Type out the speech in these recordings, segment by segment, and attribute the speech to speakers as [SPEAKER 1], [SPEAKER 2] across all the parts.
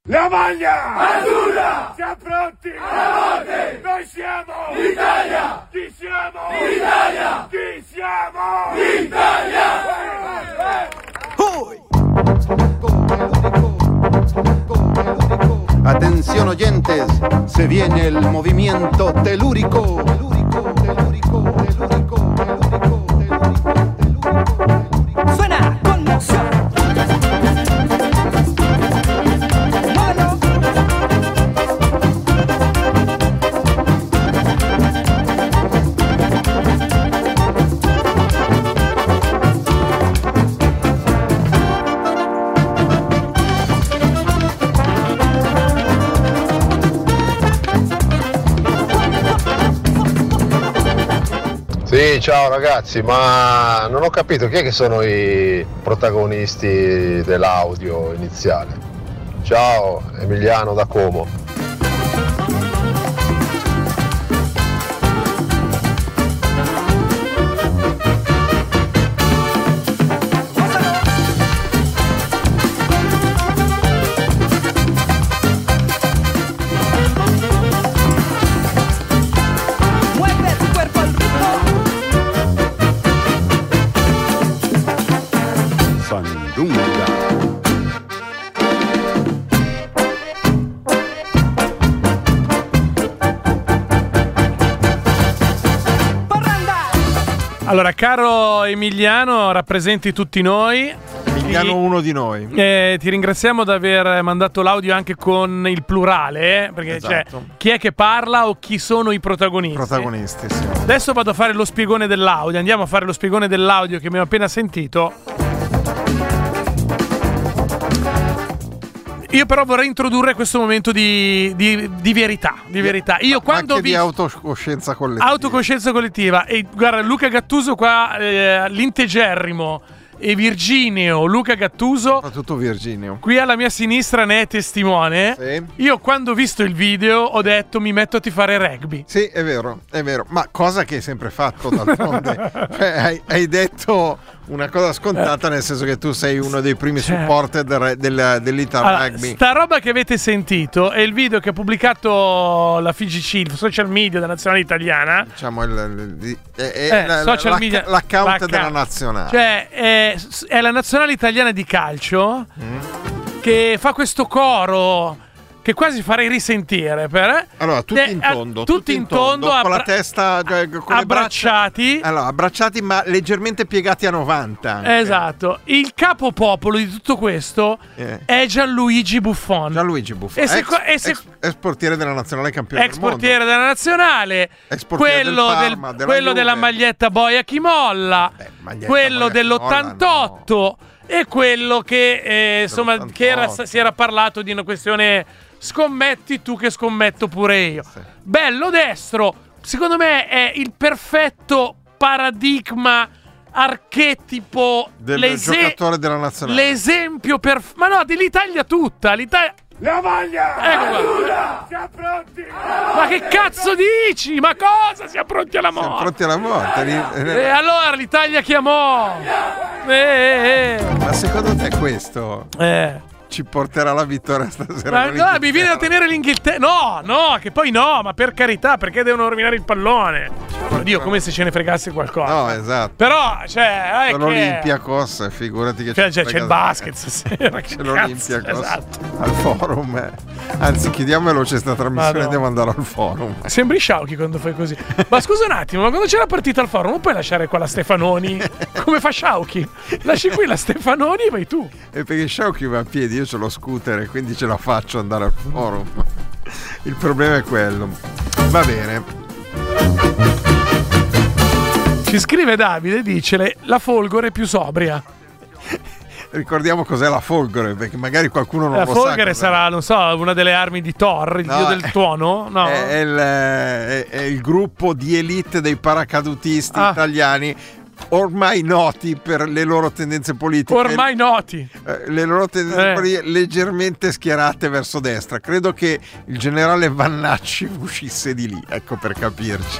[SPEAKER 1] La maglia azzurra! Siamo pronti alla morte! Noi siamo l'Italia! Chi siamo? L'Italia! Chi siamo?
[SPEAKER 2] l'Italia! Atención oyentes, se viene el movimiento telúrico.
[SPEAKER 3] Suena conmoción.
[SPEAKER 4] Sì, ciao ragazzi, ma non ho capito chi è che sono i protagonisti dell'audio iniziale. Ciao, Emiliano da Como.
[SPEAKER 5] Allora, caro Emiliano, rappresenti tutti noi.
[SPEAKER 6] Emiliano, uno di noi.
[SPEAKER 5] Ti ringraziamo di aver mandato l'audio anche con il plurale, perché
[SPEAKER 6] esatto.
[SPEAKER 5] Cioè, chi è che parla o chi sono i protagonisti?
[SPEAKER 6] Protagonisti, sì.
[SPEAKER 5] Adesso vado a fare lo spiegone dell'audio. Andiamo a fare lo spiegone dell'audio che abbiamo appena sentito. Io però vorrei introdurre questo momento di verità. Di verità. Io quando
[SPEAKER 6] anche di autocoscienza collettiva.
[SPEAKER 5] Autocoscienza collettiva. E guarda, Luca Gattuso qua, l'integerrimo e Virginio Luca Gattuso,
[SPEAKER 6] soprattutto Virginio,
[SPEAKER 5] qui alla mia sinistra ne è testimone.
[SPEAKER 6] Sì.
[SPEAKER 5] Io quando ho visto il video ho detto mi metto a tifare rugby.
[SPEAKER 6] Sì, è vero, ma cosa che hai sempre fatto d'altronde. Cioè, hai detto una cosa scontata, nel senso che tu sei uno dei primi supporter dell'Ital Rugby.
[SPEAKER 5] Sta roba che avete sentito è il video che ha pubblicato la FIGC, il social media della nazionale italiana.
[SPEAKER 6] Diciamo
[SPEAKER 5] social media,
[SPEAKER 6] l'account della nazionale.
[SPEAKER 5] Cioè è la nazionale italiana di calcio che fa questo coro che quasi farei risentire
[SPEAKER 6] allora tutti in tondo con la testa, con
[SPEAKER 5] abbracciati,
[SPEAKER 6] abbracciati ma leggermente piegati a 90 anche.
[SPEAKER 5] Esatto. Il capopopolo di tutto questo è Gianluigi Buffon,
[SPEAKER 6] ex portiere della nazionale, campione del mondo,
[SPEAKER 5] ex portiere della nazionale, quello della maglietta Boia chi molla, quello dell'88 no. E quello che insomma si era parlato di una questione scommetti tu che scommetto pure io. Sì. Bello destro, secondo me è il perfetto paradigma, archetipo
[SPEAKER 6] del giocatore della nazionale.
[SPEAKER 5] L'esempio ma no, dell'Italia tutta, l'Italia.
[SPEAKER 1] La maglia!
[SPEAKER 5] Ecco qua.
[SPEAKER 1] Siamo pronti!
[SPEAKER 5] Ma che cazzo dici? Ma cosa? Siamo pronti alla morte!
[SPEAKER 6] Siamo pronti alla morte.
[SPEAKER 5] E allora l'Italia chiamò!
[SPEAKER 6] Ma secondo te questo ci porterà alla vittoria stasera?
[SPEAKER 5] Ma no, mi viene da tenere l'Inghilterra. No, che poi no, ma per carità, perché devono rovinare il pallone? Oddio, come se ce ne fregasse qualcosa.
[SPEAKER 6] No, esatto.
[SPEAKER 5] Però, cioè,
[SPEAKER 6] sono l'Olympiakos, figurati che
[SPEAKER 5] c'è il basket stasera.
[SPEAKER 6] C'è l'Olympiakos, esatto. Al forum. Anzi, chiediamolo, c'è sta trasmissione, devo andare al forum.
[SPEAKER 5] Sembri Sciauchi quando fai così. Ma scusa un attimo, ma quando c'è la partita al forum non puoi lasciare qua la Stefanoni come fa Sciauchi? Lasci qui la Stefanoni e vai tu.
[SPEAKER 6] E perché Sciauchi va a piedi, io c'ho lo scooter e quindi ce la faccio andare al forum. Il problema è quello. Va bene.
[SPEAKER 5] Ci scrive Davide, dice la Folgore è più sobria.
[SPEAKER 6] Ricordiamo cos'è la Folgore, perché magari qualcuno non lo sa.
[SPEAKER 5] La Folgore sarà, non so, una delle armi di Thor, il dio del tuono? No.
[SPEAKER 6] È il gruppo di elite dei paracadutisti italiani, ormai noti per le loro tendenze politiche.
[SPEAKER 5] Ormai noti.
[SPEAKER 6] Le loro tendenze politiche leggermente schierate verso destra. Credo che il generale Vannacci uscisse di lì, ecco, per capirci.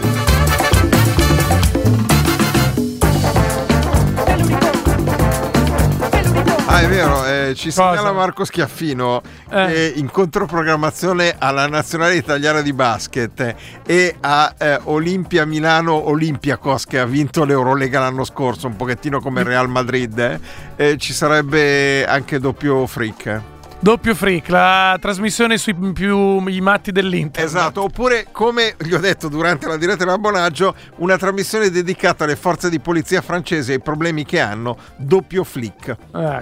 [SPEAKER 6] è vero, ci segnala Marco Schiaffino che in controprogrammazione alla Nazionale Italiana di Basket e a Olimpia Milano Olympiacos, che ha vinto l'Eurolega l'anno scorso, un pochettino come Real Madrid, ci sarebbe anche doppio freak.
[SPEAKER 5] Doppio freak, la trasmissione sui i matti dell'Inter.
[SPEAKER 6] Esatto, oppure come gli ho detto durante la diretta dell'abbonaggio, una trasmissione dedicata alle forze di polizia francesi e ai problemi che hanno, doppio flick.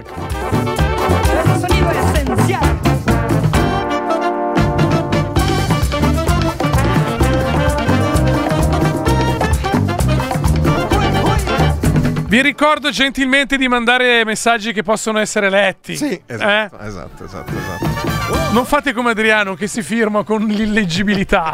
[SPEAKER 3] Sonido essenziale.
[SPEAKER 5] Vi ricordo gentilmente di mandare messaggi che possono essere letti.
[SPEAKER 6] Sì, esatto.
[SPEAKER 5] Non fate come Adriano che si firma con l'illeggibilità.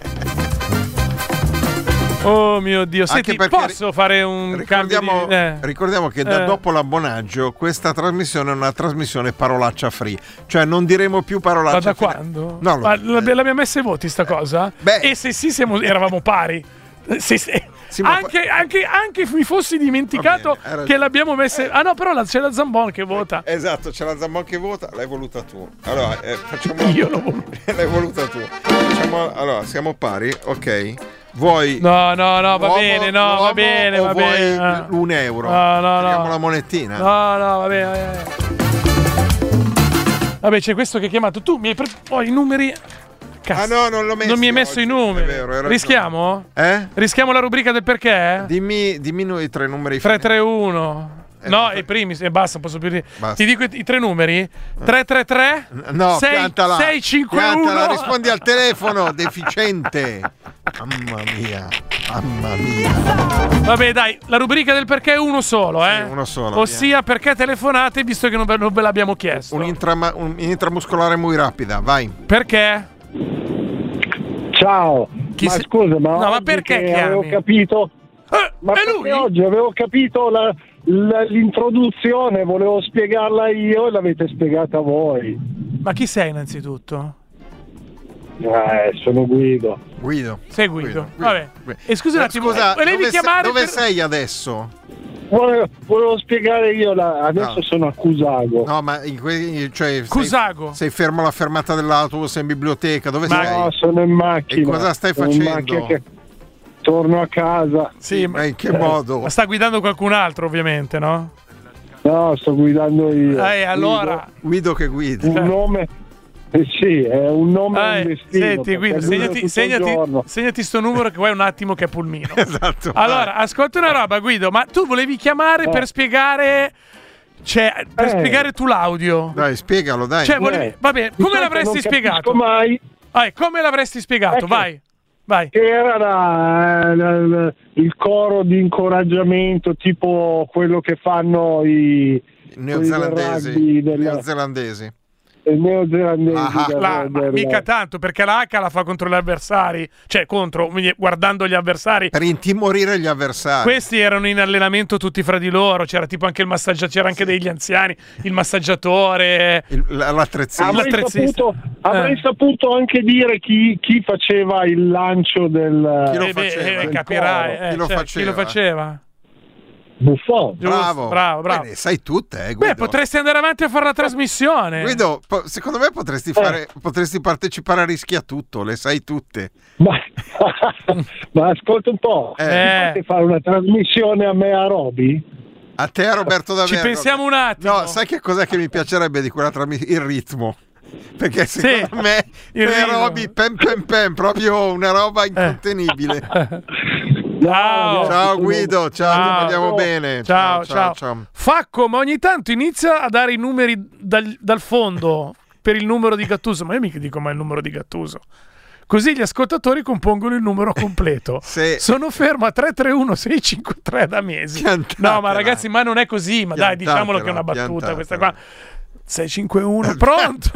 [SPEAKER 5] Oh mio Dio, senti, posso fare un cambio di...
[SPEAKER 6] Ricordiamo che da dopo l'abbonaggio questa trasmissione è una trasmissione parolaccia free. Cioè non diremo più parolaccia.
[SPEAKER 5] Ma da quando?
[SPEAKER 6] No,
[SPEAKER 5] l'abbiamo messa ai voti sta cosa? E se sì, eravamo pari. Sì, anche mi fossi dimenticato che l'abbiamo messa. Ah no, però c'è la Zambon che vota.
[SPEAKER 6] Esatto, c'è la Zambon che vota. L'hai voluta tu. Allora, facciamo.
[SPEAKER 5] Io l'ho voluta.
[SPEAKER 6] L'hai voluta tu. Allora, siamo pari, ok. Vuoi?
[SPEAKER 5] No, va bene, va bene.
[SPEAKER 6] Vuoi €1?
[SPEAKER 5] No.
[SPEAKER 6] Tiriamo la monettina.
[SPEAKER 5] No, va bene. Vabbè, c'è questo che hai chiamato. Tu mi hai i numeri. Cazzo.
[SPEAKER 6] Ah no, non l'ho messo.
[SPEAKER 5] Non mi hai messo i numeri.
[SPEAKER 6] È vero,
[SPEAKER 5] rischiamo?
[SPEAKER 6] Rischiamo
[SPEAKER 5] la rubrica del perché?
[SPEAKER 6] Dimmi i 3 numeri.
[SPEAKER 5] 331. No, i primi, basta, posso più dire. Ti dico i 3 numeri? 333?
[SPEAKER 6] No,
[SPEAKER 5] 651.
[SPEAKER 6] Piantala, rispondi al telefono, deficiente. Mamma mia.
[SPEAKER 5] Vabbè, dai, la rubrica del perché è uno solo,
[SPEAKER 6] Sì, uno solo.
[SPEAKER 5] Ossia, perché telefonate visto che non ve l'abbiamo chiesto.
[SPEAKER 6] Un intramuscolare muy rapida, vai.
[SPEAKER 5] Perché?
[SPEAKER 7] Ciao, scusa,
[SPEAKER 5] ma perché chiami?
[SPEAKER 7] Avevo capito. Ma perché oggi avevo capito l'introduzione, volevo spiegarla io e l'avete spiegata voi.
[SPEAKER 5] Ma chi sei innanzitutto?
[SPEAKER 7] Sono Guido.
[SPEAKER 5] Sei Guido. Vabbè. E scusa un attimo,
[SPEAKER 6] dove sei adesso?
[SPEAKER 7] Volevo spiegare io, adesso sono a Cusago.
[SPEAKER 6] No, ma
[SPEAKER 5] Cusago?
[SPEAKER 6] Sei fermo alla fermata dell'autobus, sei in biblioteca, dove sei?
[SPEAKER 7] No, sono in macchina.
[SPEAKER 6] E cosa stai facendo?
[SPEAKER 7] Torno a casa.
[SPEAKER 5] Sì,
[SPEAKER 6] ma in che modo?
[SPEAKER 5] Ma sta guidando qualcun altro, ovviamente, no?
[SPEAKER 7] No, sto guidando io.
[SPEAKER 5] Allora.
[SPEAKER 6] Guido che guida.
[SPEAKER 7] Un nome. Sì, è un nome e un destino.
[SPEAKER 5] Senti, Guido, segnati sto numero che vuoi un attimo che è pulmino.
[SPEAKER 6] Esatto.
[SPEAKER 5] Allora, ascolta una roba, Guido, ma tu volevi chiamare per spiegare... spiegare tu l'audio.
[SPEAKER 6] Dai, spiegalo, dai.
[SPEAKER 5] Vabbè, come l'avresti spiegato?
[SPEAKER 7] Mai.
[SPEAKER 5] Come l'avresti spiegato? Vai.
[SPEAKER 7] Che era il coro di incoraggiamento, tipo quello che fanno i
[SPEAKER 6] neozelandesi.
[SPEAKER 5] Mica tanto, perché la H la fa contro gli avversari, guardando gli avversari,
[SPEAKER 6] per intimorire gli avversari.
[SPEAKER 5] Questi erano in allenamento tutti fra di loro, c'era tipo anche il massaggiatore, c'era anche degli anziani, il massaggiatore,
[SPEAKER 6] l'attrezzista.
[SPEAKER 7] Avrei saputo anche dire chi faceva il lancio del...
[SPEAKER 6] Chi lo faceva?
[SPEAKER 5] Capirai. Chi lo faceva?
[SPEAKER 7] Buffon.
[SPEAKER 5] Bravo.
[SPEAKER 6] Bene, sai tutte, Guido.
[SPEAKER 5] Potresti andare avanti a fare la trasmissione.
[SPEAKER 6] Guido, secondo me potresti partecipare a Rischi a Tutto, le sai tutte.
[SPEAKER 7] Ma ascolta un po', fate fare una trasmissione a me a Roby?
[SPEAKER 6] A te, a Roberto D'Averno.
[SPEAKER 5] Ci pensiamo un attimo.
[SPEAKER 6] No, sai che cos'è che mi piacerebbe di quella trasmissione? Il ritmo. Perché secondo me Roby pem, proprio una roba incontenibile. Ciao Guido, ti vogliamo bene.
[SPEAKER 5] Ciao. Facco, ma ogni tanto inizia a dare i numeri dal fondo per il numero di Gattuso. Ma io mica dico mai il numero di Gattuso. Così gli ascoltatori compongono il numero completo. Sono fermo a 331-653 da mesi. No, ma ragazzi, ma non è così. Ma dai, diciamolo che è una battuta questa qua. 651, pronto?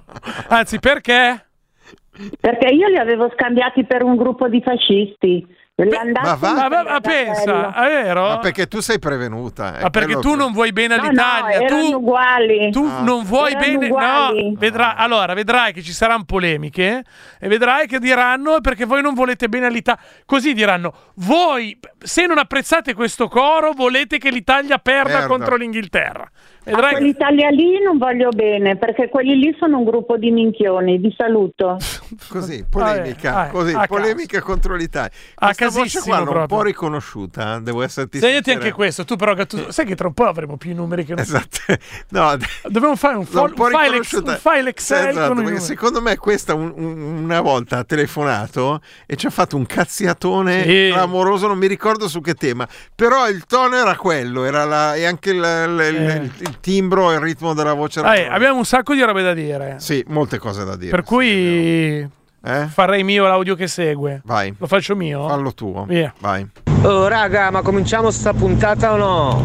[SPEAKER 5] Anzi, perché?
[SPEAKER 8] Perché io li avevo scambiati per un gruppo di fascisti.
[SPEAKER 5] Ma pensa, è vero?
[SPEAKER 6] Ma perché tu sei prevenuta.
[SPEAKER 5] Ma perché tu non vuoi bene all'Italia.
[SPEAKER 8] No, erano uguali.
[SPEAKER 5] Tu non vuoi bene.
[SPEAKER 8] Uguali.
[SPEAKER 5] No, vedrai che ci saranno polemiche e vedrai che diranno perché voi non volete bene all'Italia. Così diranno: voi, se non apprezzate questo coro, volete che l'Italia perda contro l'Inghilterra.
[SPEAKER 8] A quell'Italia lì non voglio bene, perché quelli lì sono un gruppo di minchioni. Vi saluto.
[SPEAKER 6] Così, polemica, polemica contro l'Italia. Questa voce qua l'ho un po' riconosciuta, devo esserti sincero.
[SPEAKER 5] Segnati anche questo, tu però sai che tra un po' avremo più numeri che non.
[SPEAKER 6] Esatto. No,
[SPEAKER 5] dobbiamo fare un file Excel.
[SPEAKER 6] Esatto, perché secondo me questa una volta ha telefonato e ci ha fatto un cazziatone clamoroso, non mi ricordo su che tema, però il tono era quello, e anche il timbro e il ritmo della voce.
[SPEAKER 5] Abbiamo un sacco di robe da dire.
[SPEAKER 6] Sì, molte cose da dire.
[SPEAKER 5] Per cui farei mio l'audio che segue.
[SPEAKER 6] Vai.
[SPEAKER 5] Lo faccio mio?
[SPEAKER 6] Fallo tuo.
[SPEAKER 5] Via.
[SPEAKER 6] Vai.
[SPEAKER 3] Oh raga, ma cominciamo sta puntata o no?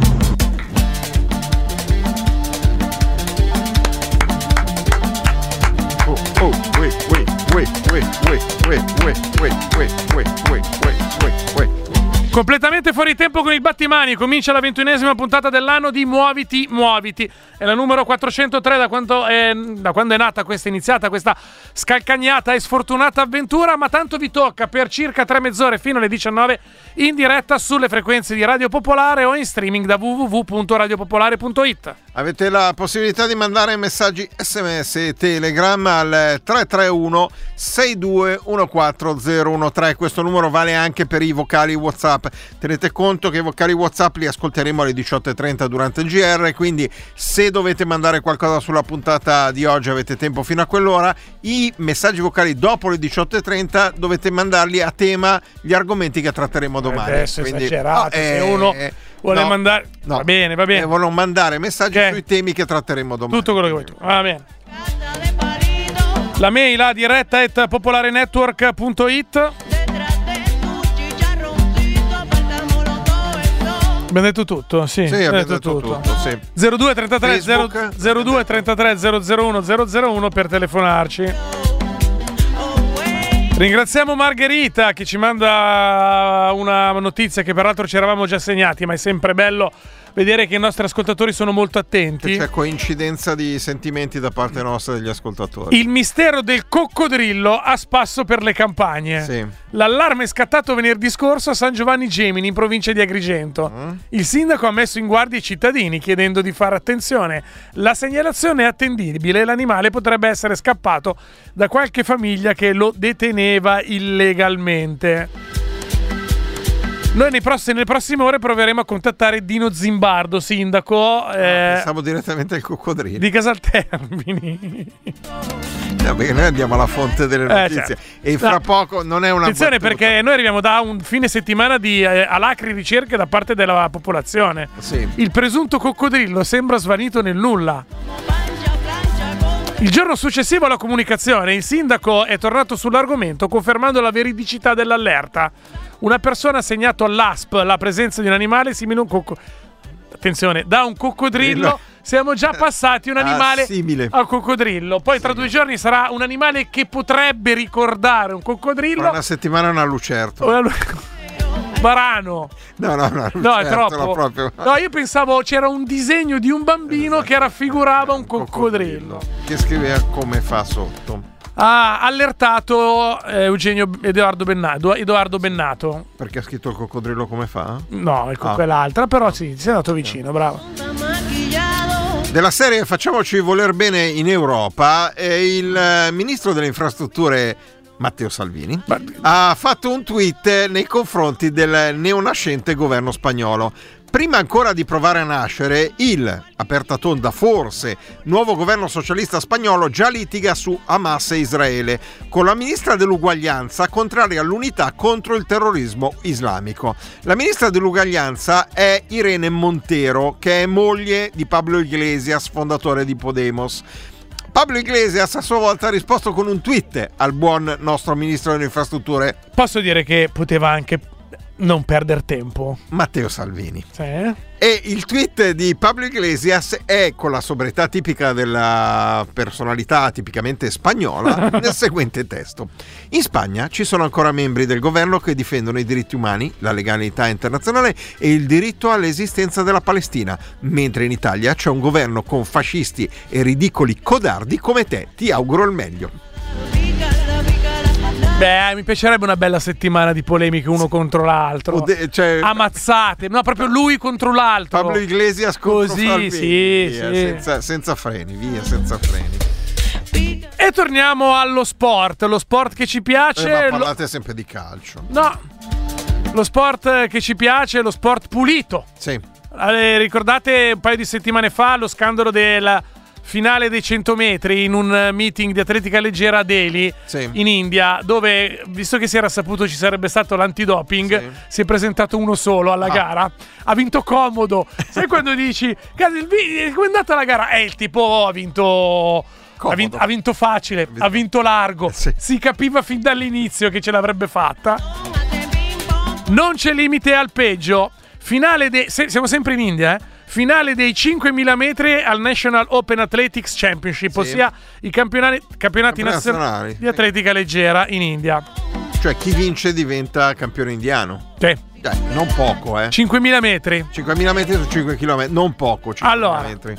[SPEAKER 5] Completamente fuori tempo con il battimani. Comincia la 21esima puntata dell'anno di Muoviti. È la numero 403 da quando è nata questa, iniziata questa scalcagnata e sfortunata avventura. Ma tanto vi tocca per circa 3 mezz'ore fino alle 19 in diretta sulle frequenze di Radio Popolare o in streaming da www.radiopopolare.it.
[SPEAKER 6] Avete la possibilità di mandare messaggi SMS e Telegram al 331 6214013. Questo numero vale anche per i vocali WhatsApp. Tenete conto che i vocali WhatsApp li ascolteremo alle 18:30 durante il GR, quindi se dovete mandare qualcosa sulla puntata di oggi avete tempo fino a quell'ora. I messaggi vocali dopo le 18:30 dovete mandarli a tema gli argomenti che tratteremo domani.
[SPEAKER 5] Adesso quindi, esagerato, se uno vuole mandare va bene.
[SPEAKER 6] Devono mandare messaggi sui temi che tratteremo domani.
[SPEAKER 5] Tutto quello che vuoi tu. Va bene. La mail a diretta@popolarenetwork.it. Abbiamo detto tutto? Sì,
[SPEAKER 6] abbiamo detto tutto. Sì.
[SPEAKER 5] 02 33 001 001 per telefonarci. Ringraziamo Margherita che ci manda una notizia che peraltro ci eravamo già segnati, ma è sempre bello vedere che i nostri ascoltatori sono molto attenti.
[SPEAKER 6] Che c'è coincidenza di sentimenti da parte nostra degli ascoltatori.
[SPEAKER 5] Il mistero del coccodrillo a spasso per le campagne.
[SPEAKER 6] Sì.
[SPEAKER 5] L'allarme è scattato venerdì scorso a San Giovanni Gemini in provincia di Agrigento. Il sindaco ha messo in guardia i cittadini chiedendo di fare attenzione. La segnalazione è attendibile e l'animale potrebbe essere scappato da qualche famiglia che lo deteneva illegalmente. Noi nelle prossime ore proveremo a contattare Dino Zimbardo, sindaco.
[SPEAKER 6] Pensavo direttamente al coccodrillo.
[SPEAKER 5] Di Casaltermini.
[SPEAKER 6] Perché noi andiamo alla fonte delle notizie. Certo. E fra poco non è una
[SPEAKER 5] attenzione
[SPEAKER 6] battuta.
[SPEAKER 5] Perché noi arriviamo da un fine settimana di alacri ricerche da parte della popolazione.
[SPEAKER 6] Sì.
[SPEAKER 5] Il presunto coccodrillo sembra svanito nel nulla. Il giorno successivo alla comunicazione, il sindaco è tornato sull'argomento confermando la veridicità dell'allerta. Una persona ha segnato all'ASP la presenza di un animale simile a un attenzione, da un coccodrillo siamo già passati un animale
[SPEAKER 6] simile
[SPEAKER 5] al coccodrillo. Poi tra 2 giorni sarà un animale che potrebbe ricordare un coccodrillo.
[SPEAKER 6] Tra una settimana una lucertola.
[SPEAKER 5] Varano. No, è troppo.
[SPEAKER 6] Proprio.
[SPEAKER 5] No, io pensavo c'era un disegno di un bambino che raffigurava un coccodrillo.
[SPEAKER 6] Che scriveva come fa sotto.
[SPEAKER 5] Ha allertato Edoardo Bennato.
[SPEAKER 6] Perché ha scritto il coccodrillo come fa?
[SPEAKER 5] No, quell'altra, però sì, sei andato vicino, bravo.
[SPEAKER 6] Della serie facciamoci voler bene in Europa, il ministro delle infrastrutture Matteo Salvini ha fatto un tweet nei confronti del neonascente governo spagnolo. Prima ancora di provare a nascere, aperta tonda forse, nuovo governo socialista spagnolo già litiga su Hamas e Israele, con la ministra dell'uguaglianza contraria all'unità contro il terrorismo islamico. La ministra dell'uguaglianza è Irene Montero, che è moglie di Pablo Iglesias, fondatore di Podemos. Pablo Iglesias a sua volta ha risposto con un tweet al buon nostro ministro delle infrastrutture.
[SPEAKER 5] Posso dire che poteva anche non perder tempo.
[SPEAKER 6] Matteo Salvini.
[SPEAKER 5] Sì.
[SPEAKER 6] E il tweet di Pablo Iglesias è, con la sobrietà tipica della personalità tipicamente spagnola, nel seguente testo: in Spagna ci sono ancora membri del governo che difendono i diritti umani, la legalità internazionale e il diritto all'esistenza della Palestina, mentre in Italia c'è un governo con fascisti e ridicoli codardi come te. Ti auguro il meglio.
[SPEAKER 5] Beh, mi piacerebbe una bella settimana di polemiche uno contro l'altro. Ammazzate, no, proprio lui contro l'altro.
[SPEAKER 6] Pablo Iglesias contro Salvini.
[SPEAKER 5] Sì,
[SPEAKER 6] via, senza freni, senza freni.
[SPEAKER 5] E torniamo allo sport, lo sport che ci piace.
[SPEAKER 6] Ma parlate sempre di calcio.
[SPEAKER 5] No, lo sport che ci piace è lo sport pulito.
[SPEAKER 6] Sì.
[SPEAKER 5] Ricordate un paio di settimane fa lo scandalo della finale dei 100 metri in un meeting di atletica leggera a Delhi, in India, dove, visto che si era saputo ci sarebbe stato l'antidoping, si è presentato uno solo alla gara, ha vinto comodo. Sai quando dici come è andata la gara? Il tipo ha vinto facile, ha vinto largo, si capiva fin dall'inizio che ce l'avrebbe fatta. Non c'è limite al peggio. Finale siamo sempre in India, finale dei 5.000 metri al National Open Athletics Championship, ossia i campionati nazionali di atletica leggera in India.
[SPEAKER 6] Cioè chi vince diventa campione indiano.
[SPEAKER 5] Sì.
[SPEAKER 6] Non poco,
[SPEAKER 5] 5.000 metri.
[SPEAKER 6] 5.000 metri su 5 km, non poco.
[SPEAKER 5] Allora,
[SPEAKER 6] metri.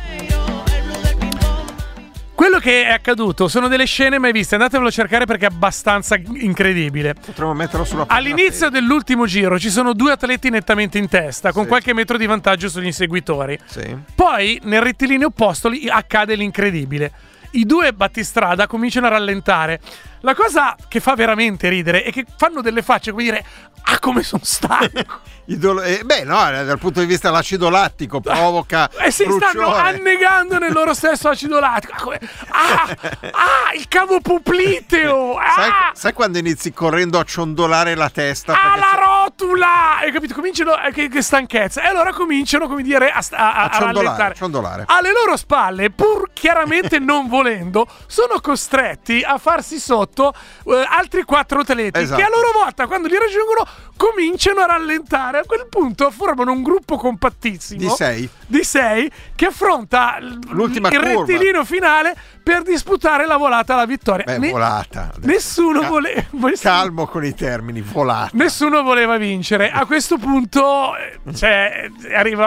[SPEAKER 5] quello che è accaduto sono delle scene mai viste, andatevelo a cercare perché è abbastanza incredibile.
[SPEAKER 6] Potremmo metterlo sulla pagina.
[SPEAKER 5] All'inizio dell'ultimo giro ci sono 2 atleti nettamente in testa, con qualche metro di vantaggio sugli inseguitori. Poi nel rettilineo opposto accade l'incredibile. I 2 battistrada cominciano a rallentare. La cosa che fa veramente ridere è che fanno delle facce come dire: ah, come sono stanco.
[SPEAKER 6] Dal punto di vista dell'acido lattico provoca
[SPEAKER 5] si stanno annegando nel loro stesso acido lattico. Il cavo popliteo.
[SPEAKER 6] Sai quando inizi correndo a ciondolare la testa?
[SPEAKER 5] La rotula! Hai capito? Cominciano che stanchezza. E allora cominciano, come dire, a
[SPEAKER 6] ciondolare.
[SPEAKER 5] Alle loro spalle, pur chiaramente non volendo, sono costretti a farsi sotto altri 4 atleti, che a loro volta, quando li raggiungono, cominciano a rallentare. A quel punto formano un gruppo compattissimo di 6 che affronta
[SPEAKER 6] l'ultima
[SPEAKER 5] il rettilineo finale per disputare la volata alla vittoria.
[SPEAKER 6] Volata.
[SPEAKER 5] Nessuno voleva.
[SPEAKER 6] Calmo con i termini, volata.
[SPEAKER 5] Nessuno voleva vincere. A questo punto arriva.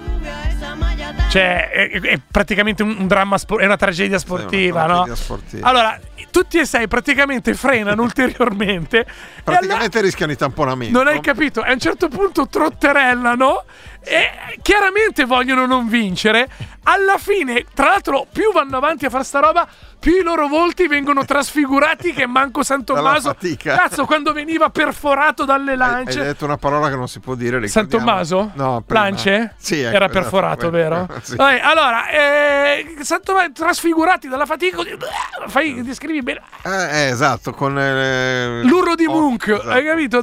[SPEAKER 5] È praticamente un dramma è una tragedia sportiva, no? Allora, tutti e 6 praticamente frenano ulteriormente.
[SPEAKER 6] Praticamente rischiano i tamponamenti.
[SPEAKER 5] Non hai capito? A un certo punto trotterellano e chiaramente vogliono non vincere. Alla fine, tra l'altro, più vanno avanti a fare sta roba, più i loro volti vengono trasfigurati che manco San Tommaso. Cazzo, quando veniva perforato dalle lance.
[SPEAKER 6] Hai detto una parola che non si può dire.
[SPEAKER 5] San Tommaso?
[SPEAKER 6] No,
[SPEAKER 5] lance?
[SPEAKER 6] Sì,
[SPEAKER 5] era perforato, vero?
[SPEAKER 6] Sì.
[SPEAKER 5] Allora, San Tommaso, trasfigurati dalla fatica, descrivi bene.
[SPEAKER 6] Esatto, con
[SPEAKER 5] l'urlo di Munch, hai capito?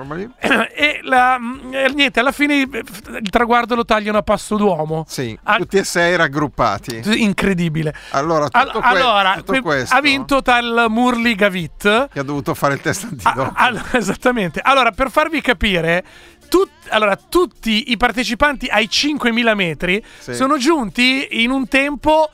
[SPEAKER 5] Niente, alla fine il traguardo lo tagliano a passo d'uomo.
[SPEAKER 6] Sì, tutti e 6 raggruppati.
[SPEAKER 5] Incredibile.
[SPEAKER 6] Tutto questo
[SPEAKER 5] ha vinto tal Murli Gavit,
[SPEAKER 6] che ha dovuto fare il test antidoping.
[SPEAKER 5] Esattamente. Allora, per farvi capire, tutti i partecipanti ai 5.000 metri sono giunti in un tempo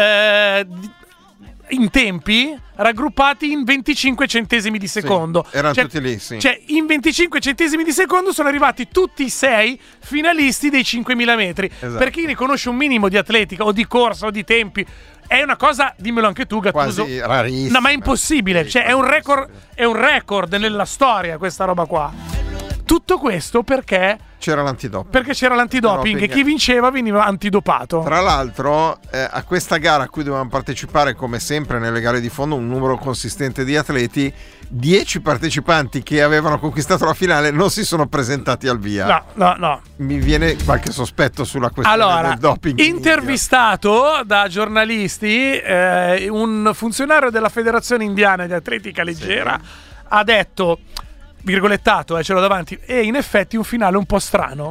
[SPEAKER 5] in tempi raggruppati in 25 centesimi di secondo.
[SPEAKER 6] Erano tutti lì,
[SPEAKER 5] Cioè, in 25 centesimi di secondo sono arrivati tutti i 6 finalisti dei 5.000 metri.
[SPEAKER 6] Esatto.
[SPEAKER 5] Per chi ne conosce un minimo di atletica o di corsa o di tempi, è una cosa, dimmelo anche tu, Gattuso,
[SPEAKER 6] quasi rarissima.
[SPEAKER 5] No, ma è impossibile. È un record nella storia questa roba qua. Tutto questo perché
[SPEAKER 6] c'era l'antidoping.
[SPEAKER 5] Perché c'era l'antidoping e chi vinceva veniva antidopato.
[SPEAKER 6] Tra l'altro, a questa gara a cui dovevano partecipare, come sempre nelle gare di fondo, un numero consistente di atleti. 10 partecipanti che avevano conquistato la finale non si sono presentati al via.
[SPEAKER 5] No.
[SPEAKER 6] Mi viene qualche sospetto sulla questione del doping.
[SPEAKER 5] Intervistato da giornalisti, un funzionario della Federazione Indiana di Atletica Leggera ha detto, virgolettato, ce l'ho davanti, e in effetti un finale un po' strano.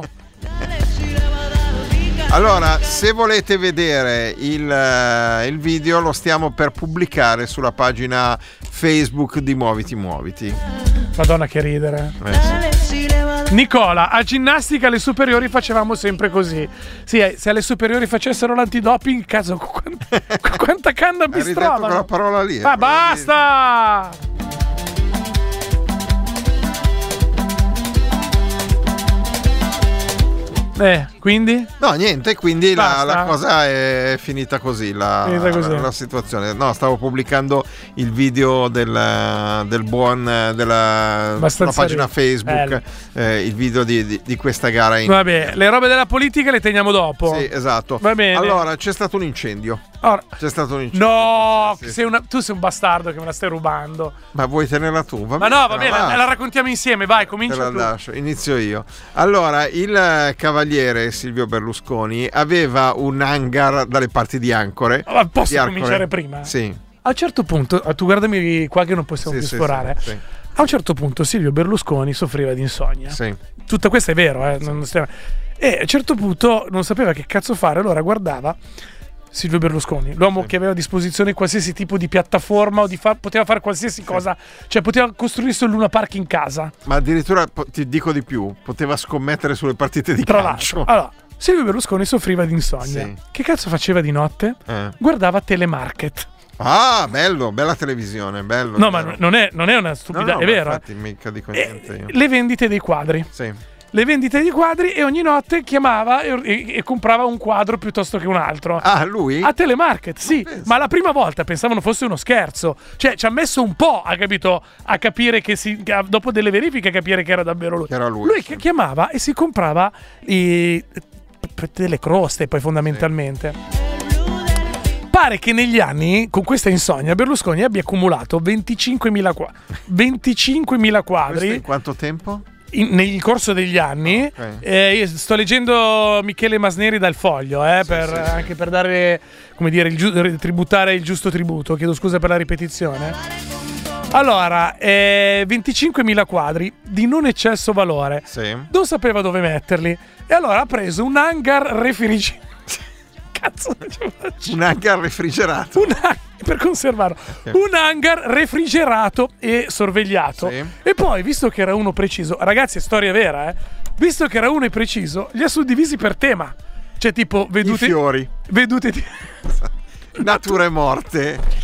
[SPEAKER 6] Allora, se volete vedere il video, lo stiamo per pubblicare sulla pagina Facebook di Muoviti.
[SPEAKER 5] Madonna che ridere. Nicola, a ginnastica alle superiori facevamo sempre così. Sì, se alle superiori facessero l'antidoping, cazzo, quanta cannabis
[SPEAKER 6] hai
[SPEAKER 5] trovano?
[SPEAKER 6] Quella parola lì.
[SPEAKER 5] Ma basta! Quindi?
[SPEAKER 6] No, niente, quindi la cosa è finita così, la situazione. No, stavo pubblicando il video del buon della pagina Facebook, il video di questa gara.
[SPEAKER 5] Vabbè, le robe della politica le teniamo dopo.
[SPEAKER 6] Sì, esatto.
[SPEAKER 5] Va bene.
[SPEAKER 6] Allora, c'è stato un incendio. C'è stato un incendio.
[SPEAKER 5] No, sì. Tu sei un bastardo che me la stai rubando.
[SPEAKER 6] Ma vuoi tenerla tu? Va
[SPEAKER 5] bene, la raccontiamo insieme, vai, comincia tu.
[SPEAKER 6] Lascio, inizio io. Allora, il cavaliere Silvio Berlusconi aveva un hangar dalle parti di Ancore.
[SPEAKER 5] Posso cominciare prima?
[SPEAKER 6] Sì.
[SPEAKER 5] A un certo punto, tu guardami qua che non possiamo più sforare. Sì. A un certo punto Silvio Berlusconi soffriva di insonnia.
[SPEAKER 6] Sì.
[SPEAKER 5] Tutto questo è vero, E a un certo punto non sapeva che cazzo fare, allora guardava Silvio Berlusconi, l'uomo che aveva a disposizione qualsiasi tipo di piattaforma o poteva fare qualsiasi cosa, cioè poteva costruirsi un Luna Park in casa.
[SPEAKER 6] Ma addirittura ti dico di più, poteva scommettere sulle partite di calcio.
[SPEAKER 5] Allora, Silvio Berlusconi soffriva di insonnia. Sì. Che cazzo faceva di notte? Guardava Telemarket.
[SPEAKER 6] Ah, bello, bella televisione, bello.
[SPEAKER 5] No, ma non è una stupida, è vero.
[SPEAKER 6] Infatti mica dico niente io.
[SPEAKER 5] Le vendite dei quadri.
[SPEAKER 6] Sì.
[SPEAKER 5] Le vendite di quadri, e ogni notte chiamava e comprava un quadro piuttosto che un altro.
[SPEAKER 6] Ah, lui?
[SPEAKER 5] A Telemarket, sì. Ma la prima volta pensavano fosse uno scherzo. Cioè, ci ha messo un po', a capire dopo delle verifiche, a capire che era davvero lui.
[SPEAKER 6] Era lui.
[SPEAKER 5] Lui chiamava e si comprava delle croste, poi fondamentalmente. Pare che negli anni, con questa insonnia, Berlusconi abbia accumulato 25.000 quadri.
[SPEAKER 6] In quanto tempo?
[SPEAKER 5] Nel corso degli anni. Io sto leggendo Michele Masneri dal Foglio, anche per dare, come dire, tributare il giusto tributo. Chiedo scusa per la ripetizione. Allora, 25.000 quadri di non eccesso valore.
[SPEAKER 6] Sì.
[SPEAKER 5] Non sapeva dove metterli, e allora ha preso un hangar refrigerato. Cazzo,
[SPEAKER 6] un hangar refrigerato
[SPEAKER 5] per conservarlo. Un hangar refrigerato e sorvegliato.
[SPEAKER 6] Sì.
[SPEAKER 5] E poi, visto che era uno preciso, ragazzi, è storia vera, visto che era uno preciso, li ha suddivisi per tema. Cioè, tipo, vedute,
[SPEAKER 6] i fiori,
[SPEAKER 5] vedute di
[SPEAKER 6] nature morte.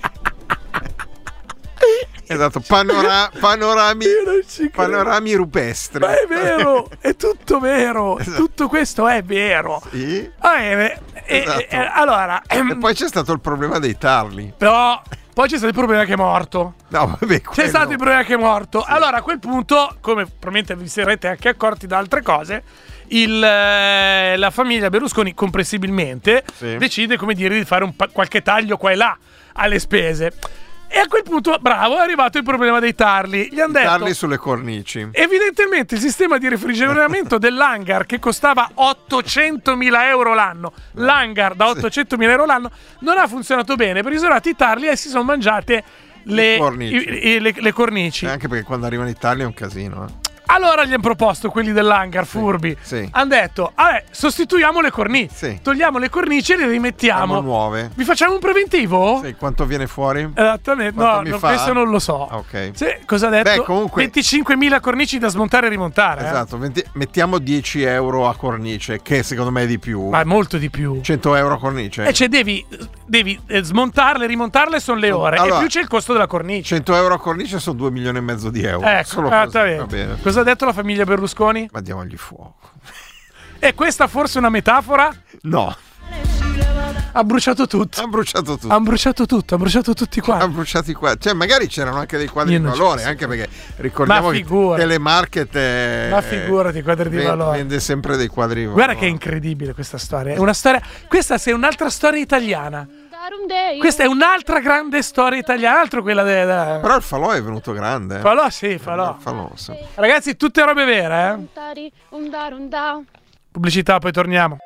[SPEAKER 6] Esatto, panorami rupestri.
[SPEAKER 5] Ma è vero, è tutto vero. Esatto. Tutto questo è vero.
[SPEAKER 6] Sì.
[SPEAKER 5] Esatto. Allora,
[SPEAKER 6] e poi c'è stato il problema dei tarli.
[SPEAKER 5] No, poi c'è stato il problema che è morto.
[SPEAKER 6] No, vabbè,
[SPEAKER 5] c'è stato il problema che è morto. Sì. Allora, a quel punto, come probabilmente vi sarete anche accorti da altre cose, la famiglia Berlusconi comprensibilmente decide, come dire, di fare qualche taglio qua e là alle spese. E a quel punto, bravo, è arrivato il problema dei tarli. Gli hanno detto,
[SPEAKER 6] tarli sulle cornici.
[SPEAKER 5] Evidentemente il sistema di refrigeramento dell'hangar, che costava 800.000 euro l'anno, l'hangar da 800.000 euro l'anno, non ha funzionato bene. Per isolati i tarli e si sono mangiate le cornici.
[SPEAKER 6] Anche perché quando arrivano i tarli è un casino,
[SPEAKER 5] Allora gli hanno proposto, quelli dell'hangar, furbi.
[SPEAKER 6] Sì.
[SPEAKER 5] Hanno detto, sostituiamo le cornici.
[SPEAKER 6] Sì.
[SPEAKER 5] Togliamo le cornici e le rimettiamo.
[SPEAKER 6] Siamo nuove.
[SPEAKER 5] Vi facciamo un preventivo?
[SPEAKER 6] Sì, quanto viene fuori?
[SPEAKER 5] Esattamente. Questo non lo so.
[SPEAKER 6] Ok.
[SPEAKER 5] Sì, cosa ha detto?
[SPEAKER 6] Beh, comunque
[SPEAKER 5] 25.000 cornici da smontare e rimontare.
[SPEAKER 6] Esatto, mettiamo 10 euro a cornice, che secondo me è di più.
[SPEAKER 5] Ma è molto di più.
[SPEAKER 6] 100 euro a cornice.
[SPEAKER 5] Cioè devi smontarle, rimontarle, sono le ore. Allora, e più c'è il costo della cornice.
[SPEAKER 6] 100 euro a cornice sono 2,5 milioni di euro.
[SPEAKER 5] Ecco,
[SPEAKER 6] solo così, va bene.
[SPEAKER 5] Cosa ha detto la famiglia Berlusconi?
[SPEAKER 6] Ma diamogli fuoco.
[SPEAKER 5] E questa forse una metafora?
[SPEAKER 6] No.
[SPEAKER 5] Ha bruciato tutto.
[SPEAKER 6] Ha bruciato tutto.
[SPEAKER 5] Ha bruciato tutti i quadri.
[SPEAKER 6] Ha bruciato i quadri. Cioè, magari c'erano anche dei quadri di valore, anche perché ricordiamo che Telemarket
[SPEAKER 5] ma figurati, i quadri di valore.
[SPEAKER 6] Vende sempre dei quadri di valore.
[SPEAKER 5] Guarda che è incredibile questa storia. È una storia. Questa è un'altra storia italiana. Questa è un'altra grande storia italiana, altro quella
[SPEAKER 6] Però il falò è venuto grande.
[SPEAKER 5] Falò, sì, falò.
[SPEAKER 6] Sì.
[SPEAKER 5] Ragazzi, tutte robe vere, Pubblicità, poi torniamo.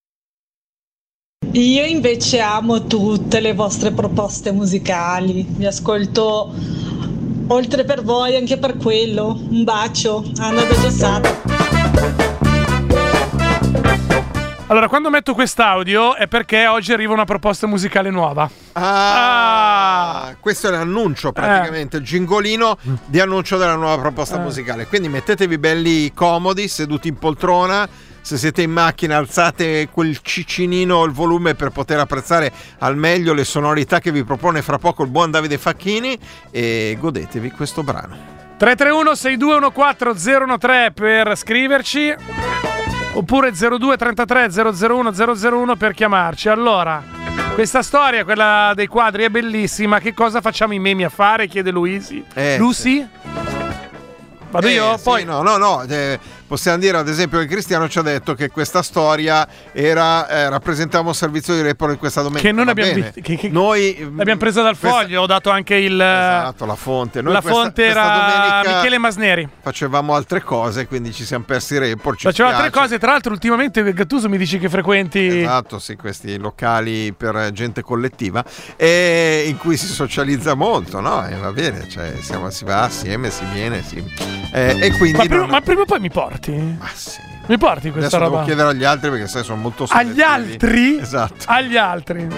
[SPEAKER 9] Io invece amo tutte le vostre proposte musicali. Vi ascolto oltre per voi anche per quello. Un bacio, Anna da Gessato.
[SPEAKER 5] Allora, quando metto quest'audio è perché oggi arriva una proposta musicale nuova.
[SPEAKER 6] Questo è l'annuncio, praticamente, il gingolino di annuncio della nuova proposta musicale. Quindi mettetevi belli comodi, seduti in poltrona. Se siete in macchina, alzate quel ciccinino, il volume, per poter apprezzare al meglio le sonorità che vi propone fra poco il buon Davide Facchini, e godetevi questo brano.
[SPEAKER 5] 331-6214-013 per scriverci, oppure 0233 001 001 per chiamarci. Allora, questa storia, quella dei quadri, è bellissima. Che cosa facciamo i memi a fare? Chiede Lucy. Lucy? Vado io? Poi
[SPEAKER 6] no. Possiamo dire, ad esempio, che Cristiano ci ha detto che questa storia era rappresentava un servizio di report di questa domenica.
[SPEAKER 5] Che non abbiamo visto. Noi l'abbiamo presa dal foglio, ho dato anche la
[SPEAKER 6] fonte.
[SPEAKER 5] Noi fonte era Michele Masneri.
[SPEAKER 6] Facevamo altre cose, quindi ci siamo persi i report.
[SPEAKER 5] Facevamo altre cose, tra l'altro ultimamente Gattuso mi dici che frequenti.
[SPEAKER 6] Esatto, sì, questi locali per gente collettiva, e in cui si socializza molto, no? Va bene, cioè si va assieme, si viene, e quindi
[SPEAKER 5] ma prima o poi mi porti?
[SPEAKER 6] Ma sì.
[SPEAKER 5] Mi porti questa roba?
[SPEAKER 6] Devo chiedere agli altri, perché sai, sono molto
[SPEAKER 5] selettivi. Agli altri?
[SPEAKER 6] Esatto.
[SPEAKER 5] Agli altri.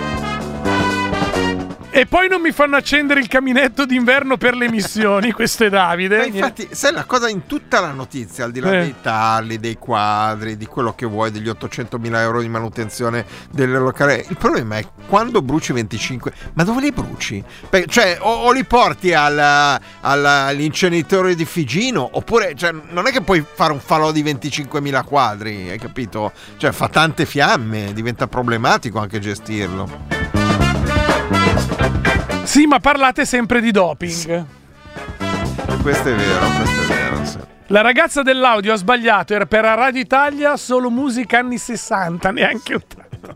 [SPEAKER 5] E poi non mi fanno accendere il caminetto d'inverno per le missioni. Questo è Davide.
[SPEAKER 6] Ma infatti, sai la cosa in tutta la notizia, al di là dei tarli, dei quadri, di quello che vuoi, degli 800.000 euro di manutenzione delle locali, il problema è quando bruci 25, ma dove li bruci? Cioè, o li porti all'inceneritore di Figino, oppure, cioè, non è che puoi fare un falò di 25.000 quadri, hai capito? Cioè, fa tante fiamme, diventa problematico anche gestirlo.
[SPEAKER 5] Sì, ma parlate sempre di doping. Sì.
[SPEAKER 6] Questo è vero, sì.
[SPEAKER 5] La ragazza dell'audio ha sbagliato, era per Radio Italia solo musica anni 60, neanche un tratto.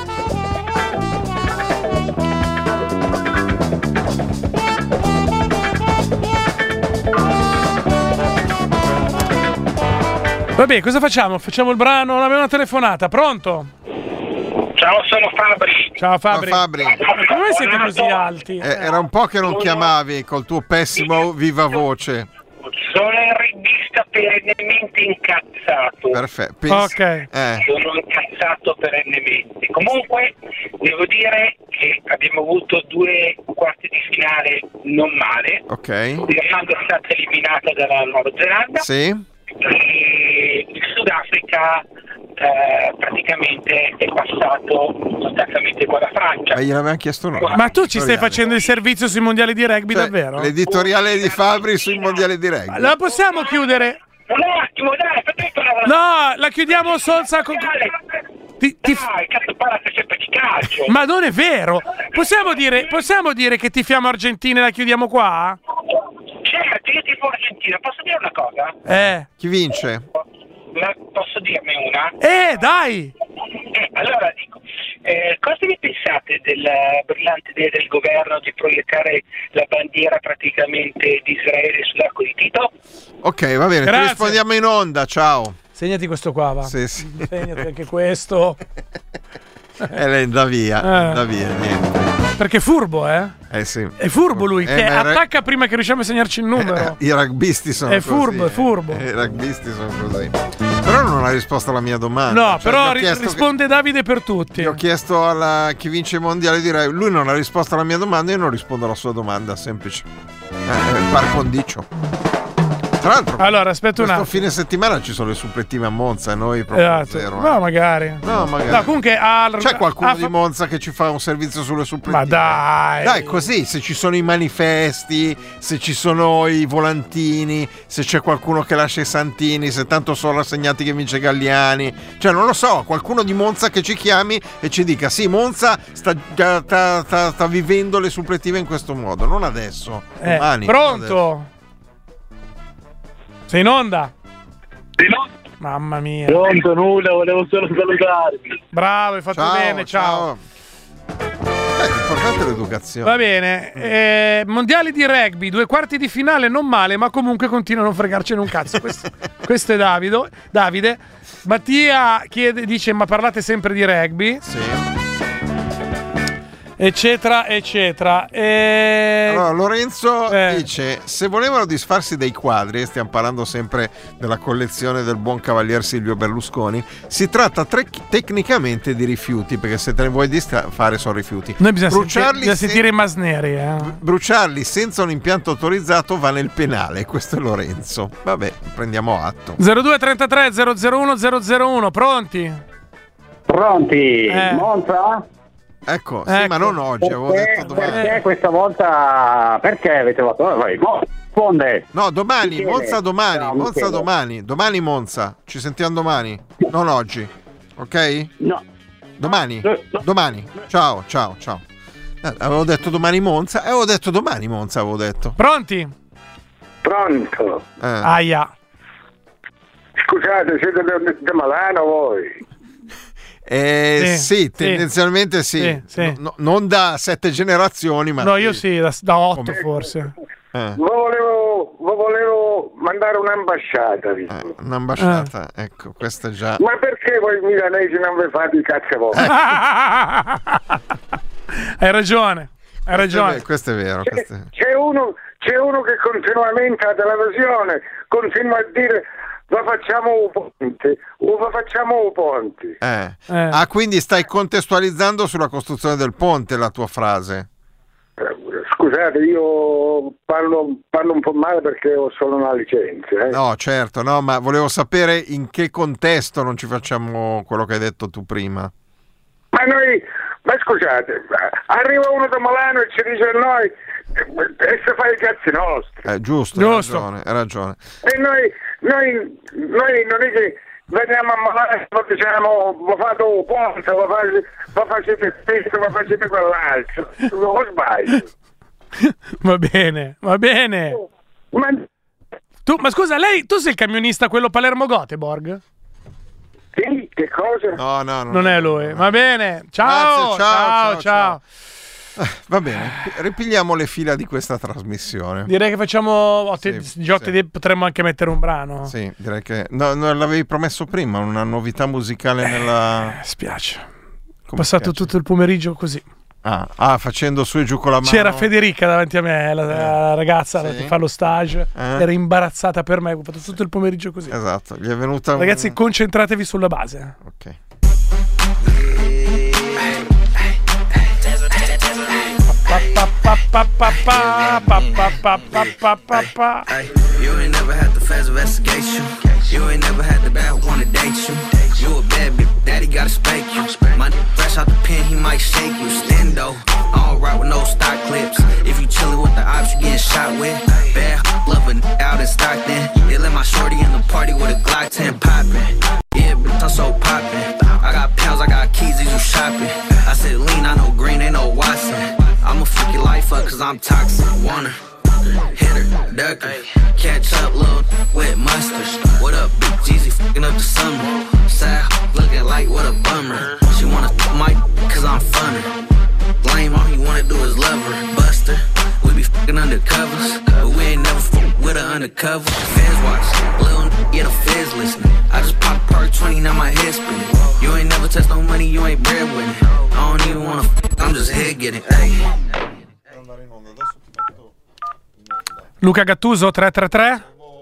[SPEAKER 5] Vabbè, cosa facciamo? Facciamo il brano, abbiamo una telefonata, pronto?
[SPEAKER 10] Ciao, sono Fabri.
[SPEAKER 5] Ciao Fabri. Ma come siete così alti?
[SPEAKER 6] Era un po' che non chiamavi col tuo pessimo viva voce.
[SPEAKER 10] Sono un reddista perennemente incazzato.
[SPEAKER 6] Perfetto.
[SPEAKER 5] Ok.
[SPEAKER 10] Sono incazzato perennemente. Comunque, devo dire che abbiamo avuto 2 quarti di finale non male.
[SPEAKER 6] Ok.
[SPEAKER 10] L'Irlanda è stata eliminata dalla Nuova Zelanda.
[SPEAKER 6] Sì.
[SPEAKER 10] E il Sudafrica praticamente è passato sostanzialmente con la Francia.
[SPEAKER 6] Ma gliel'avevamo chiesto noi.
[SPEAKER 5] Ma tu ci stai facendo il servizio sui mondiali di rugby, cioè, davvero?
[SPEAKER 6] L'editoriale di Fabri sui mondiali di rugby.
[SPEAKER 5] La possiamo chiudere?
[SPEAKER 10] Un attimo, dai,
[SPEAKER 5] no, la chiudiamo Solza con...
[SPEAKER 10] Dai, cazzo, parlate sempre di calcio.
[SPEAKER 5] Ma non è vero. Possiamo dire che tifiamo Argentina e la chiudiamo qua?
[SPEAKER 10] Certo, io tifo Argentina. Posso dire una cosa?
[SPEAKER 6] Chi vince?
[SPEAKER 10] Ma posso dirne una?
[SPEAKER 5] Dai!
[SPEAKER 10] Allora dico, cosa ne pensate della brillante idea del governo di proiettare la bandiera praticamente di Israele sull'arco di Tito?
[SPEAKER 6] Ok, va bene, ti rispondiamo in onda, ciao.
[SPEAKER 5] Segnati questo qua, va.
[SPEAKER 6] Sì.
[SPEAKER 5] Segnati anche questo.
[SPEAKER 6] Lei andà via, niente.
[SPEAKER 5] Perché è furbo,
[SPEAKER 6] sì.
[SPEAKER 5] È furbo lui, che attacca prima che riusciamo a segnarci il numero.
[SPEAKER 6] I rugbisti sono
[SPEAKER 5] così. È furbo.
[SPEAKER 6] I rugbisti sono così. Però non ha risposto alla mia domanda.
[SPEAKER 5] No, però risponde Davide per tutti.
[SPEAKER 6] Gli ho chiesto chi vince i mondiali di rugby. Lui non ha risposto alla mia domanda, io non rispondo alla sua domanda, semplice. Par condicio. Tra l'altro,
[SPEAKER 5] allora, aspetta un attimo.
[SPEAKER 6] Questo fine settimana ci sono le supplettive a Monza e noi proprio zero.
[SPEAKER 5] No, magari.
[SPEAKER 6] No,
[SPEAKER 5] comunque
[SPEAKER 6] c'è qualcuno di Monza che ci fa un servizio sulle supplettive?
[SPEAKER 5] Ma dai!
[SPEAKER 6] Dai, così, se ci sono i manifesti, se ci sono i volantini, se c'è qualcuno che lascia i santini, se tanto sono rassegnati che vince Galliani. Cioè, non lo so, qualcuno di Monza che ci chiami e ci dica: sì, Monza sta vivendo le supplettive in questo modo. Non adesso, domani.
[SPEAKER 5] Pronto? Sei in onda? Mamma mia.
[SPEAKER 7] Pronto, nulla, volevo solo salutarvi.
[SPEAKER 5] Bravo, hai fatto bene, ciao.
[SPEAKER 6] Importante l'educazione.
[SPEAKER 5] Va bene, mondiali di rugby, 2 quarti di finale non male, ma comunque continuano a non fregarcene un cazzo. Questo è Davide. Mattia dice: ma parlate sempre di rugby?
[SPEAKER 6] Sì.
[SPEAKER 5] eccetera eccetera.
[SPEAKER 6] Allora Lorenzo dice: se volevano disfarsi dei quadri, stiamo parlando sempre della collezione del buon cavalier Silvio Berlusconi, si tratta tecnicamente di rifiuti, perché se te ne vuoi fare sono rifiuti.
[SPEAKER 5] Noi bisogna sentire i masneri,
[SPEAKER 6] bruciarli senza un impianto autorizzato va nel penale. Questo è Lorenzo. Vabbè, prendiamo atto.
[SPEAKER 5] 0233 001 001. Pronti?
[SPEAKER 7] Monza?
[SPEAKER 6] Ecco, sì, ma non oggi, avevo detto domani.
[SPEAKER 7] Perché questa volta? Perché avete fatto? Risponde.
[SPEAKER 6] No, domani, Monza domani, no, Monza domani. Domani Monza, ci sentiamo domani, non oggi, ok?
[SPEAKER 7] No.
[SPEAKER 6] Domani, domani. Ciao. Avevo detto domani Monza, avevo detto.
[SPEAKER 5] Pronti?
[SPEAKER 7] Pronto.
[SPEAKER 5] Aia.
[SPEAKER 7] Scusate, siete da Milano voi?
[SPEAKER 6] Sì, tendenzialmente sì. No, non da 7 generazioni, ma
[SPEAKER 5] no, io sì, da 8 forse.
[SPEAKER 7] Volevo mandare un'ambasciata.
[SPEAKER 6] Un'ambasciata, ecco, questa già.
[SPEAKER 7] Ma perché voi milanesi non vi fate i cazzo voi?
[SPEAKER 5] Hai ragione.
[SPEAKER 6] Questo è vero.
[SPEAKER 7] C'è uno che continuamente alla televisione continua a dire: ma facciamo un ponte.
[SPEAKER 6] Ah, quindi stai contestualizzando sulla costruzione del ponte la tua frase?
[SPEAKER 7] Scusate, io parlo un po' male perché ho solo una licenza.
[SPEAKER 6] No, certo, no, ma volevo sapere in che contesto non ci facciamo quello che hai detto tu prima.
[SPEAKER 7] Ma scusate, arriva uno da Milano e ci dice a noi e se fa i cazzi nostri.
[SPEAKER 6] Giusto. Hai ragione.
[SPEAKER 7] E noi non è che veniamo a Milano e diciamo: vi fate un ponte, vi facete questo, vi facete quell'altro. Non sbaglio.
[SPEAKER 5] Va bene. Ma scusa, tu sei il camionista quello Palermo-Göteborg?
[SPEAKER 7] Sì, che cosa?
[SPEAKER 6] No,
[SPEAKER 5] non è lui. Va bene. Ciao.
[SPEAKER 6] Grazie, ciao. Va bene, ripigliamo le fila di questa trasmissione.
[SPEAKER 5] Direi che facciamo potremmo anche mettere un brano.
[SPEAKER 6] Sì, direi che non l'avevi promesso prima, una novità musicale nella.
[SPEAKER 5] Spiace. Ho passato tutto il pomeriggio così.
[SPEAKER 6] Facendo su e giù con la mano.
[SPEAKER 5] C'era Federica davanti a me, la ragazza che fa lo stage, era imbarazzata per me, ho fatto tutto il pomeriggio così.
[SPEAKER 6] Esatto, gli è venuta.
[SPEAKER 5] Ragazzi, concentratevi sulla base.
[SPEAKER 6] Ok.
[SPEAKER 11] You ain't never had the fast investigation. You ain't never had the bad wanna date you. You a bad bitch, daddy gotta spank you. My fresh out the pen, he might shake you. Stendo, I don't ride with no stock clips. If you chillin' with the ops, you getting shot with. Bad love a out in Stockton. They let my shorty in the party with a Glock 10 poppin'. Yeah, bitch, I'm so poppin'. I got pounds, I got keys, these you shopping. I said lean, I know green, ain't no Watson. I'ma fuck your life up cause I'm toxic. Wanna hit her, duck her, catch up, little wet mustard. What up, big Jeezy, fucking up the summer. Sad, looking like what a bummer. She wanna my cause I'm funner. Blame all he wanna do is love her. Buster, we be fucking undercovers, but we ain't never fuck with her undercover. Fans watch, little get a fizz listening. I just pop perk 20, now my head spinning. You ain't never touched no money, you ain't bread with it. I don't even wanna I'm just head getting, ayy.
[SPEAKER 5] Luca Gattuso 333.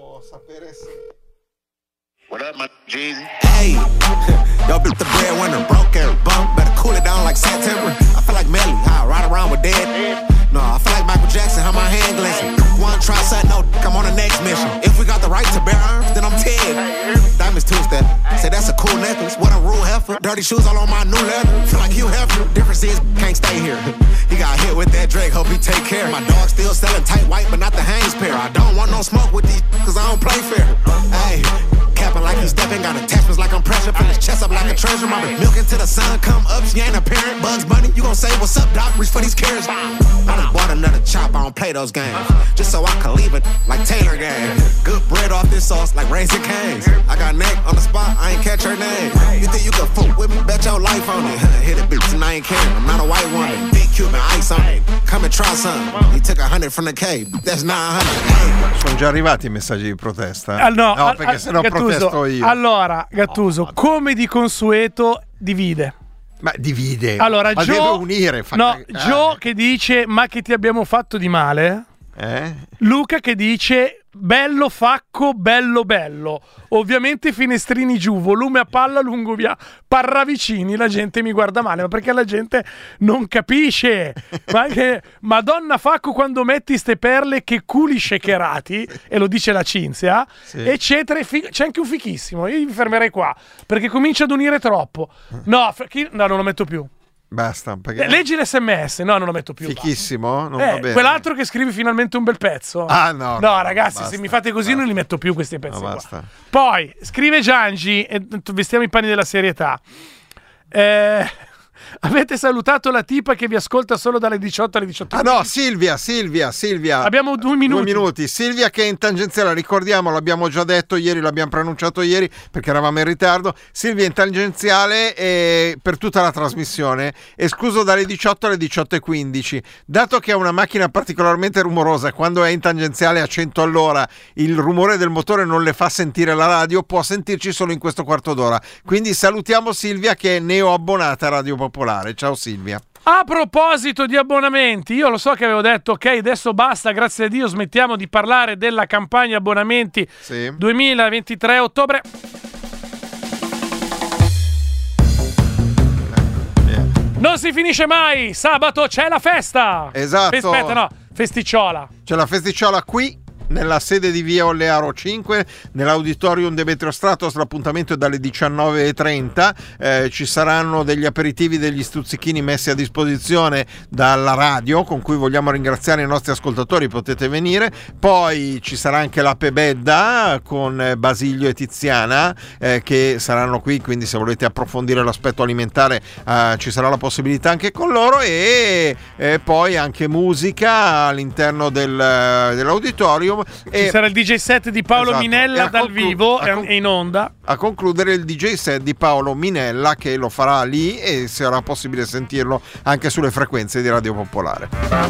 [SPEAKER 12] What up, my Jeezy?
[SPEAKER 13] Hey, y'all beat the breadwinner, broke every bump. Better cool it down like September. I feel like Melly, how I ride around with dead. No, I feel like Michael Jackson, how my hand glisten. One try something, no, I'm on the next mission. If we got the right to bear arms, then I'm Ted. Diamonds two-step, say that's a cool necklace. What a rule heifer, dirty shoes all on my new leather. Feel like Hugh Hefner, difference is can't stay here. He got hit with that Drake, hope he take care. My dog still selling tight white, but not the Hanes pair. I don't want no smoke with these, cause I don't play fair. Hey, capping like he's stepping, got attachments like I'm pressure. Fill his chest up like a treasure. My milk until the sun come up, she ain't a parent. Bugs Bunny, you gon' say what's up, doc? Reach for these carrots. I done bought another chop, I don't play those games. Just so I can leave it like Taylor game. Good bread off this sauce like Raising Cane's. I got neck on the spot, I ain't catch her name. You think you can fuck with me? Bet your life on it. Hit it, bitch, and I ain't caring. I'm not a white woman. Big Cuban ice on it. Come and try something. He took 100 from the cave. That's 900.
[SPEAKER 6] Sono già arrivati i messaggi di protesta.
[SPEAKER 5] No,
[SPEAKER 6] perché sennò protesto io.
[SPEAKER 5] Allora, Gattuso, come di consueto, divide.
[SPEAKER 6] Ma divide.
[SPEAKER 5] Allora,
[SPEAKER 6] ma
[SPEAKER 5] Joe,
[SPEAKER 6] deve unire.
[SPEAKER 5] Joe che dice: ma che ti abbiamo fatto di male? Luca che dice: bello Facco, bello bello. Ovviamente finestrini giù, volume a palla lungo via Parravicini. La gente mi guarda male, ma perché la gente non capisce. Ma che Madonna Facco, quando metti ste perle, che culi shakerati, e lo dice la Cinzia, eccetera. C'è anche un fichissimo. Io mi fermerei qua perché comincia ad unire troppo. No, non lo metto più.
[SPEAKER 6] Basta. Perché...
[SPEAKER 5] leggi l'SMS. No, non lo metto più.
[SPEAKER 6] Fichissimo? Non va bene.
[SPEAKER 5] Quell'altro che scrivi finalmente un bel pezzo.
[SPEAKER 6] No,
[SPEAKER 5] ragazzi,
[SPEAKER 6] basta,
[SPEAKER 5] se mi fate così non li metto più questi pezzi qua.
[SPEAKER 6] Basta.
[SPEAKER 5] Poi scrive Giangi, e vestiamo i panni della serietà. Avete salutato la tipa che vi ascolta solo dalle 18 alle 18.
[SPEAKER 6] Ah no, Silvia.
[SPEAKER 5] Abbiamo 2 minuti.
[SPEAKER 6] 2 minuti. Silvia che è in tangenziale, ricordiamo, l'abbiamo già detto ieri, l'abbiamo pronunciato ieri perché eravamo in ritardo. Silvia in tangenziale per tutta la trasmissione, escluso dalle 18 alle 18:15. Dato che è una macchina particolarmente rumorosa, quando è in tangenziale a 100 all'ora il rumore del motore non le fa sentire la radio, può sentirci solo in questo quarto d'ora. Quindi salutiamo Silvia che è neoabbonata a Radio Popolare. Ciao Silvia.
[SPEAKER 5] A proposito di abbonamenti, io lo so che avevo detto ok, adesso basta, grazie a Dio smettiamo di parlare della campagna abbonamenti 2023 ottobre. Non si finisce mai, sabato c'è la festa.
[SPEAKER 6] Esatto.
[SPEAKER 5] Aspetta, no, festicciola.
[SPEAKER 6] C'è la festicciola qui nella sede di via Ollearo 5, nell'auditorium Demetrio Stratos. L'appuntamento è dalle 19:30. Ci saranno degli aperitivi, degli stuzzichini messi a disposizione dalla radio, con cui vogliamo ringraziare i nostri ascoltatori. Potete venire. Poi ci sarà anche la Pebedda con Basilio e Tiziana che saranno qui, quindi se volete approfondire l'aspetto alimentare ci sarà la possibilità anche con loro, e poi anche musica all'interno dell'auditorium.
[SPEAKER 5] Ci sarà il DJ set di Paolo Minella dal vivo e in onda.
[SPEAKER 6] A concludere il DJ set di Paolo Minella, che lo farà lì e sarà possibile sentirlo anche sulle frequenze di Radio Popolare.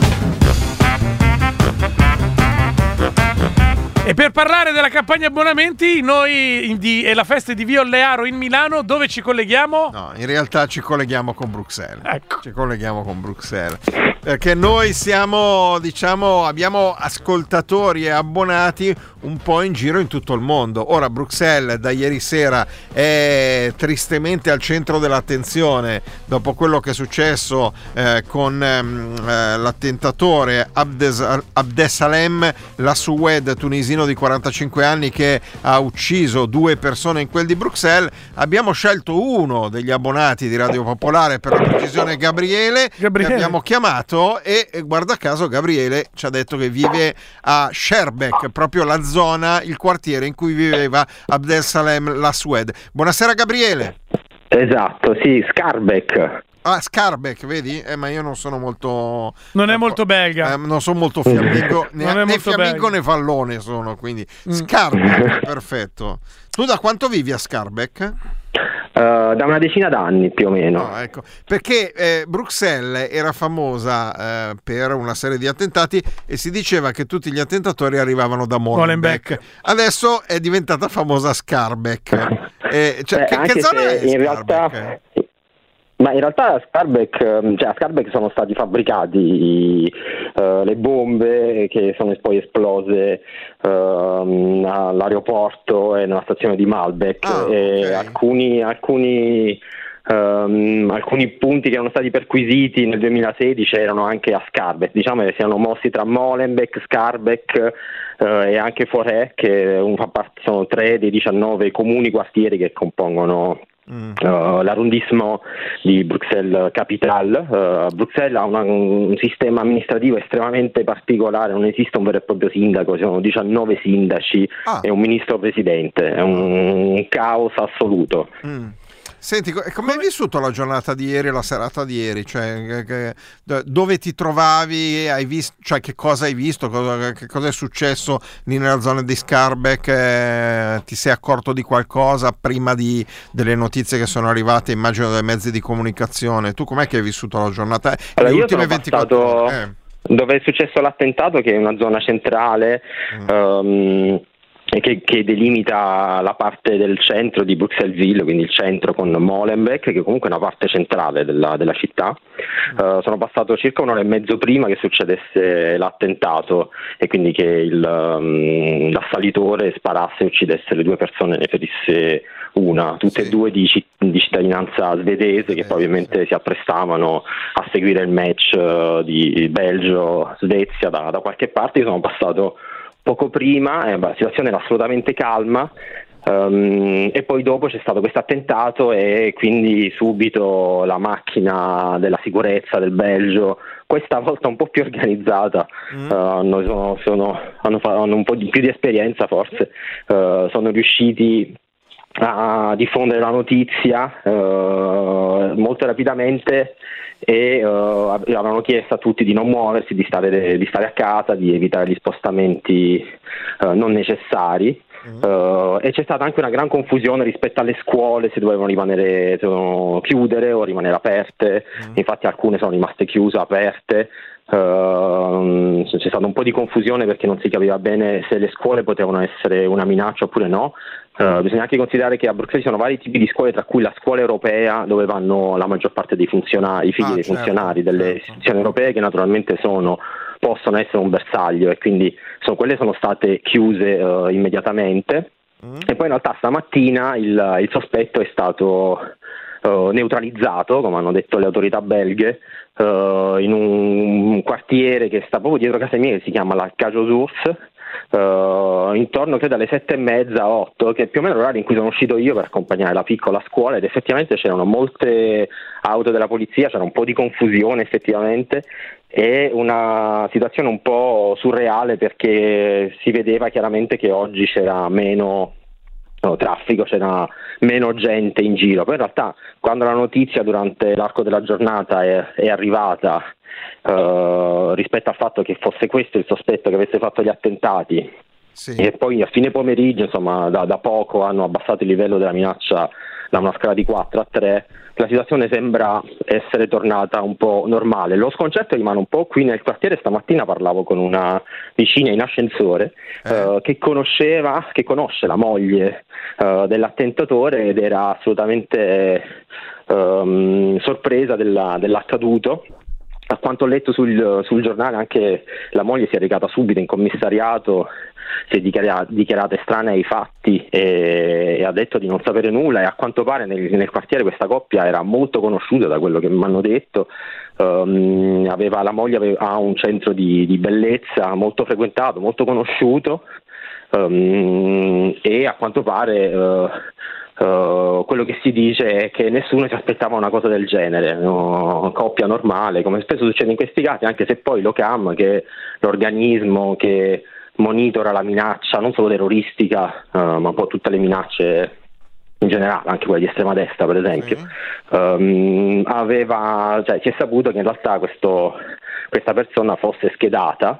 [SPEAKER 5] E per parlare della campagna abbonamenti, noi e la festa di Via Ollearo in Milano, dove ci colleghiamo?
[SPEAKER 6] No, in realtà ci colleghiamo con Bruxelles.
[SPEAKER 5] Ecco.
[SPEAKER 6] Ci colleghiamo con Bruxelles. Perché noi siamo, abbiamo ascoltatori e abbonati un po' in giro in tutto il mondo. Ora Bruxelles da ieri sera è tristemente al centro dell'attenzione dopo quello che è successo con l'attentatore Abdesalem Lasoued, tunisino di 45 anni, che ha ucciso 2 persone in quel di Bruxelles. Abbiamo scelto uno degli abbonati di Radio Popolare, per la precisione Gabriele. Che abbiamo chiamato, e guarda caso Gabriele ci ha detto che vive a Schaerbeek, proprio la zona, il quartiere in cui viveva Abdesalem Lasoued. Buonasera Gabriele.
[SPEAKER 14] Esatto, sì, Schaerbeek.
[SPEAKER 6] Ah, Schaerbeek, vedi? Ma io non sono molto...
[SPEAKER 5] Non è molto belga.
[SPEAKER 6] Non sono molto fiammingo, né fiammingo né vallone sono, quindi... Schaerbeek, perfetto. Tu da quanto vivi a Schaerbeek?
[SPEAKER 14] Da una decina d'anni più o meno.
[SPEAKER 6] No, ecco. Perché Bruxelles era famosa per una serie di attentati e si diceva che tutti gli attentatori arrivavano da Molenbeek. Adesso è diventata famosa Schaerbeek. Che zona è
[SPEAKER 14] in realtà? Ma in realtà a Schaerbeek sono stati fabbricati le bombe che sono poi esplose all'aeroporto e nella stazione di Malbec. E alcuni punti che erano stati perquisiti nel 2016 erano anche a Schaerbeek. Diciamo che siano mossi tra Molenbeek, Schaerbeek e anche Forêt, che sono 3 dei 19 comuni quartieri che compongono l'arrondissement di Bruxelles Capitale. Bruxelles ha un sistema amministrativo estremamente particolare, non esiste un vero e proprio sindaco, sono 19 sindaci e un ministro presidente, è un caos assoluto.
[SPEAKER 6] Senti, come hai vissuto la giornata di ieri, la serata di ieri? Cioè, dove ti trovavi? Hai visto, cioè, che cosa hai visto? Che cosa è successo lì nella zona di Schaerbeek? Ti sei accorto di qualcosa prima delle notizie che sono arrivate, immagino, dai mezzi di comunicazione? Tu com'è che hai vissuto la giornata?
[SPEAKER 14] Allora, le ultime 24 ore? Dove è successo l'attentato, che è una zona centrale, che delimita la parte del centro di Bruxelles-Ville, quindi il centro con Molenbeek, che comunque è una parte centrale della città. Sono passato circa un'ora e mezzo prima che succedesse l'attentato e quindi che l'assalitore sparasse e uccidesse le 2 persone, ne ferisse una, tutte e 2 di cittadinanza svedese, che poi ovviamente si apprestavano a seguire il match di Belgio-Svezia da qualche parte. Io sono passato poco prima, la situazione era assolutamente calma, e poi dopo c'è stato questo attentato e quindi subito la macchina della sicurezza del Belgio, questa volta un po' più organizzata, hanno un po' più di esperienza forse, sono riusciti a diffondere la notizia molto rapidamente e avevano chiesto a tutti di non muoversi, di stare a casa, di evitare gli spostamenti non necessari. E c'è stata anche una gran confusione rispetto alle scuole, se dovevano chiudere o rimanere aperte. Infatti alcune sono rimaste chiuse o aperte. C'è stata un po' di confusione perché non si capiva bene se le scuole potevano essere una minaccia oppure no. Bisogna anche considerare che a Bruxelles ci sono vari tipi di scuole, tra cui la scuola europea, dove vanno la maggior parte dei funzionari, i figli dei funzionari delle istituzioni europee, che naturalmente possono essere un bersaglio, e quindi quelle sono state chiuse immediatamente. E poi in realtà stamattina il sospetto è stato neutralizzato, come hanno detto le autorità belghe, in un quartiere che sta proprio dietro casa mia, che si chiama la Cage aux Ours, intorno credo alle 7:30, 8, che è più o meno l'orario in cui sono uscito io per accompagnare la piccola a scuola, ed effettivamente c'erano molte auto della polizia, c'era un po' di confusione effettivamente, e una situazione un po' surreale perché si vedeva chiaramente che oggi c'era meno traffico, c'era meno gente in giro. Poi in realtà quando la notizia durante l'arco della giornata è arrivata rispetto al fatto che fosse questo il sospetto che avesse fatto gli attentati, e poi a fine pomeriggio, insomma, da poco hanno abbassato il livello della minaccia da una scala di 4 a 3, la situazione sembra essere tornata un po' normale. Lo sconcerto rimane un po' qui nel quartiere. Stamattina parlavo con una vicina in ascensore che conosce la moglie dell'attentatore, ed era assolutamente sorpresa dell'accaduto. A quanto ho letto sul giornale, anche la moglie si è recata subito in commissariato, si è dichiarata estranea ai fatti e ha detto di non sapere nulla, e a quanto pare nel quartiere questa coppia era molto conosciuta, da quello che mi hanno detto. La moglie ha un centro di bellezza molto frequentato, molto conosciuto, e a quanto pare quello che si dice è che nessuno si aspettava una cosa del genere, una coppia normale, come spesso succede in questi casi, anche se poi l'OCAM, che è l'organismo che monitora la minaccia non solo terroristica, ma un po' tutte le minacce in generale, anche quelle di estrema destra per esempio, si è saputo che in realtà questa persona fosse schedata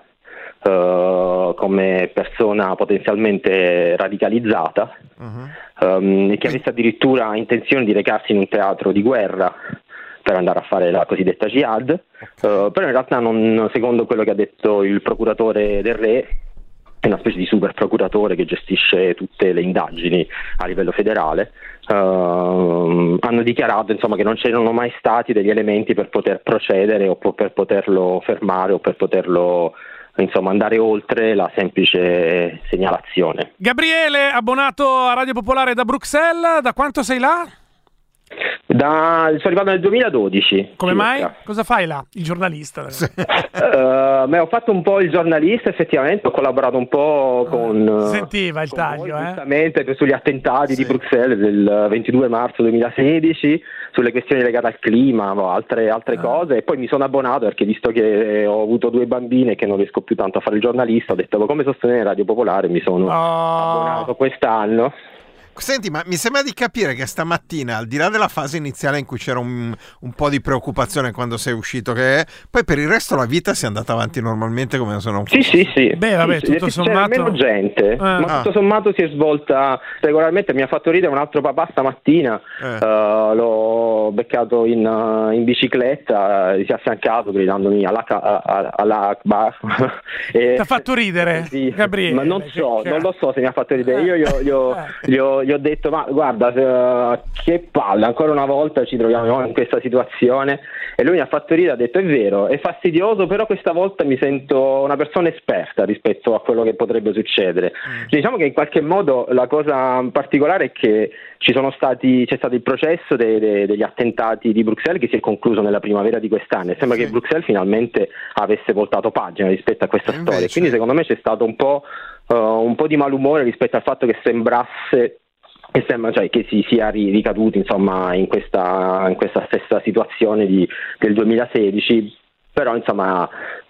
[SPEAKER 14] come persona potenzialmente radicalizzata, e che avesse addirittura intenzione di recarsi in un teatro di guerra per andare a fare la cosiddetta jihad, però in realtà non, secondo quello che ha detto il procuratore del re, è una specie di super procuratore che gestisce tutte le indagini a livello federale, hanno dichiarato insomma che non c'erano mai stati degli elementi per poter procedere o per poterlo fermare o per poterlo andare oltre la semplice segnalazione.
[SPEAKER 5] Gabriele, abbonato a Radio Popolare da Bruxelles, da quanto sei là?
[SPEAKER 14] Sono arrivato nel 2012.
[SPEAKER 5] Come mai? Cosa fai là? Il giornalista?
[SPEAKER 14] Ho fatto un po' il giornalista, effettivamente, ho collaborato un po' con...
[SPEAKER 5] Sentiva il taglio,
[SPEAKER 14] giustamente, sugli attentati di Bruxelles del 22 marzo 2016, sulle questioni legate al clima, altre cose, e poi mi sono abbonato perché, visto che ho avuto 2 bambine e che non riesco più tanto a fare il giornalista, ho detto come sostenere Radio Popolare, mi sono abbonato quest'anno.
[SPEAKER 6] Senti, ma mi sembra di capire che stamattina, al di là della fase iniziale in cui c'era un po' di preoccupazione quando sei uscito, poi per il resto la vita si è andata avanti normalmente come se non fosse.
[SPEAKER 14] Sì.
[SPEAKER 5] Beh, vabbè, tutto sommato...
[SPEAKER 14] C'era meno gente, ma tutto sommato si è svolta regolarmente. Mi ha fatto ridere un altro papà stamattina, l'ho beccato in bicicletta, si è affiancato gridandomi alla Akbar.
[SPEAKER 5] Ti ha fatto ridere,
[SPEAKER 14] sì,
[SPEAKER 5] Gabriele?
[SPEAKER 14] Ma non lo so se mi ha fatto ridere. Io gli ho detto, ma guarda, che palle, ancora una volta ci troviamo in questa situazione. E lui mi ha fatto ridere, ha detto, è vero, è fastidioso, però questa volta mi sento una persona esperta rispetto a quello che potrebbe succedere. Diciamo che in qualche modo la cosa particolare è che c'è stato il processo degli attentati di Bruxelles, che si è concluso nella primavera di quest'anno, e sembra che Bruxelles finalmente avesse voltato pagina rispetto a questa storia. Quindi secondo me c'è stato un po' di malumore rispetto al fatto che che si sia ricaduti insomma in questa stessa situazione del 2016. Però insomma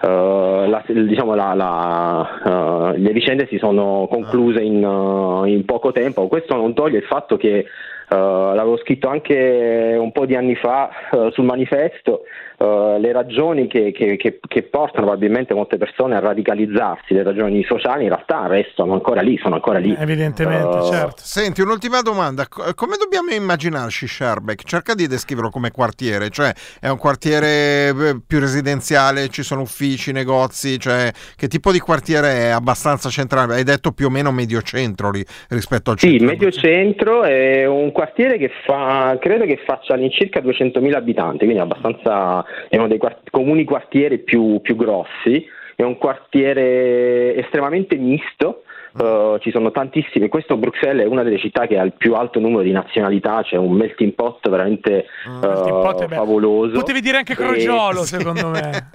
[SPEAKER 14] le vicende si sono concluse in poco tempo. Questo non toglie il fatto che l'avevo scritto anche un po' di anni fa sul manifesto, le ragioni che portano probabilmente molte persone a radicalizzarsi, le ragioni sociali in realtà sono ancora lì.
[SPEAKER 5] Evidentemente, certo.
[SPEAKER 6] Senti, un'ultima domanda: come dobbiamo immaginarci Schaerbeek? Cerca di descriverlo come quartiere, cioè è un quartiere più residenziale, ci sono uffici, negozi, cioè che tipo di quartiere è? Abbastanza centrale? Hai detto più o meno medio centro rispetto al centro?
[SPEAKER 14] Sì, medio centro, è un quartiere che credo che faccia all'incirca 200.000 abitanti, quindi è uno dei comuni quartieri più grossi. È un quartiere estremamente misto. Ci sono tantissime. Questo Bruxelles è una delle città che ha il più alto numero di nazionalità, c'è un melting pot veramente favoloso.
[SPEAKER 5] Potevi dire anche Crogiolo, secondo me.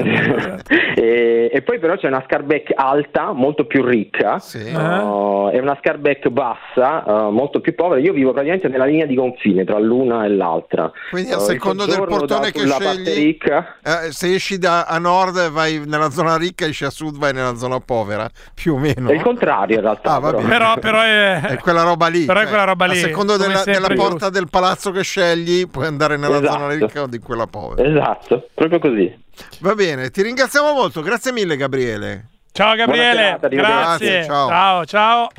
[SPEAKER 14] E poi però c'è una Schaerbeek alta, molto più ricca, e una Schaerbeek bassa, molto più povera. Io vivo praticamente nella linea di confine tra l'una e l'altra.
[SPEAKER 6] Quindi a secondo del portone che scegli, se esci a nord vai nella zona ricca, esci a sud vai nella zona povera, più o meno.
[SPEAKER 14] È il contrario in realtà.
[SPEAKER 5] Però è
[SPEAKER 6] quella roba lì.
[SPEAKER 5] Però è quella roba lì.
[SPEAKER 6] A secondo della porta del palazzo che scegli, puoi andare nella zona ricca o di quella povera.
[SPEAKER 14] Esatto, proprio così.
[SPEAKER 6] Va bene, ti ringraziamo molto. Grazie mille, Gabriele.
[SPEAKER 5] Ciao Gabriele.
[SPEAKER 14] Serata,
[SPEAKER 5] grazie. Ciao.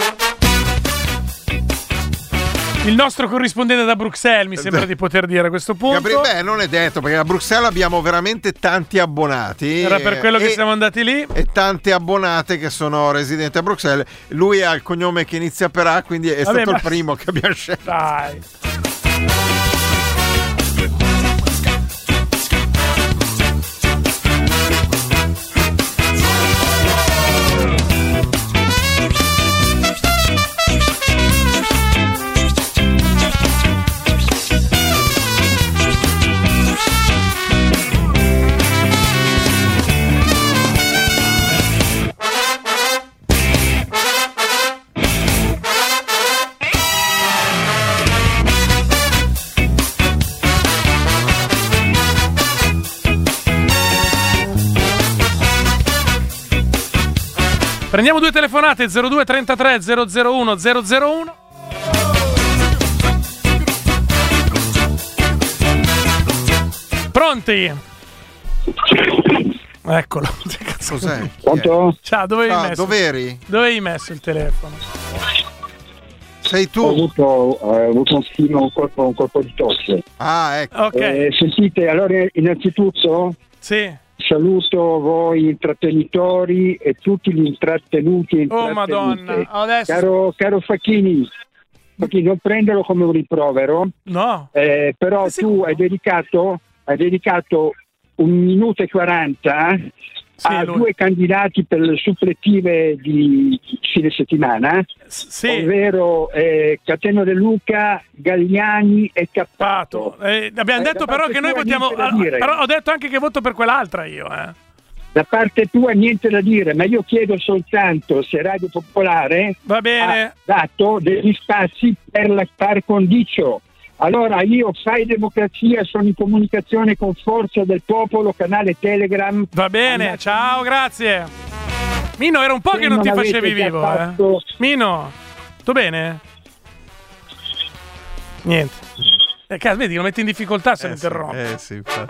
[SPEAKER 5] Il nostro corrispondente da Bruxelles, mi sembra di poter dire a questo punto.
[SPEAKER 6] Gabriele, non è detto, perché a Bruxelles abbiamo veramente tanti abbonati.
[SPEAKER 5] Era per quello che siamo andati lì.
[SPEAKER 6] E tante abbonate che sono residenti a Bruxelles. Lui ha il cognome che inizia per A, quindi è stato il primo che abbiamo scelto.
[SPEAKER 5] Dai. Prendiamo due telefonate, 02 33 001 001. Pronti? Eccolo.
[SPEAKER 6] Cos'è?
[SPEAKER 5] Ciao, dove hai messo?
[SPEAKER 6] Dove eri?
[SPEAKER 5] Dove hai messo il telefono?
[SPEAKER 6] Sei tu?
[SPEAKER 15] Ho avuto un colpo di tosse.
[SPEAKER 6] Ah, ecco.
[SPEAKER 5] Okay.
[SPEAKER 15] Sentite, allora innanzitutto saluto voi intrattenitori e tutti gli intrattenuti.
[SPEAKER 5] Oh Madonna, adesso...
[SPEAKER 15] Caro Facchini, non prenderlo come un rimprovero.
[SPEAKER 5] No.
[SPEAKER 15] Però tu hai dedicato 1 minuto e 40 a due candidati per le suppletive di fine settimana, ovvero Cateno De Luca, Galliani e Cappato.
[SPEAKER 5] Abbiamo detto però che noi votiamo, però ho detto anche che voto per quell'altra io.
[SPEAKER 15] Da parte tua niente da dire, ma io chiedo soltanto se Radio Popolare ha dato degli spazi per la par condicio. Allora io Fai Democrazia, sono in comunicazione con Forza del Popolo, canale Telegram.
[SPEAKER 5] Va bene, ciao, grazie. Mino, era un po' che non ti facevi vivo. Mino, tutto bene? Niente. Cazzo, vedi, lo metti in difficoltà se lo interrompi.
[SPEAKER 6] Sì, infatti.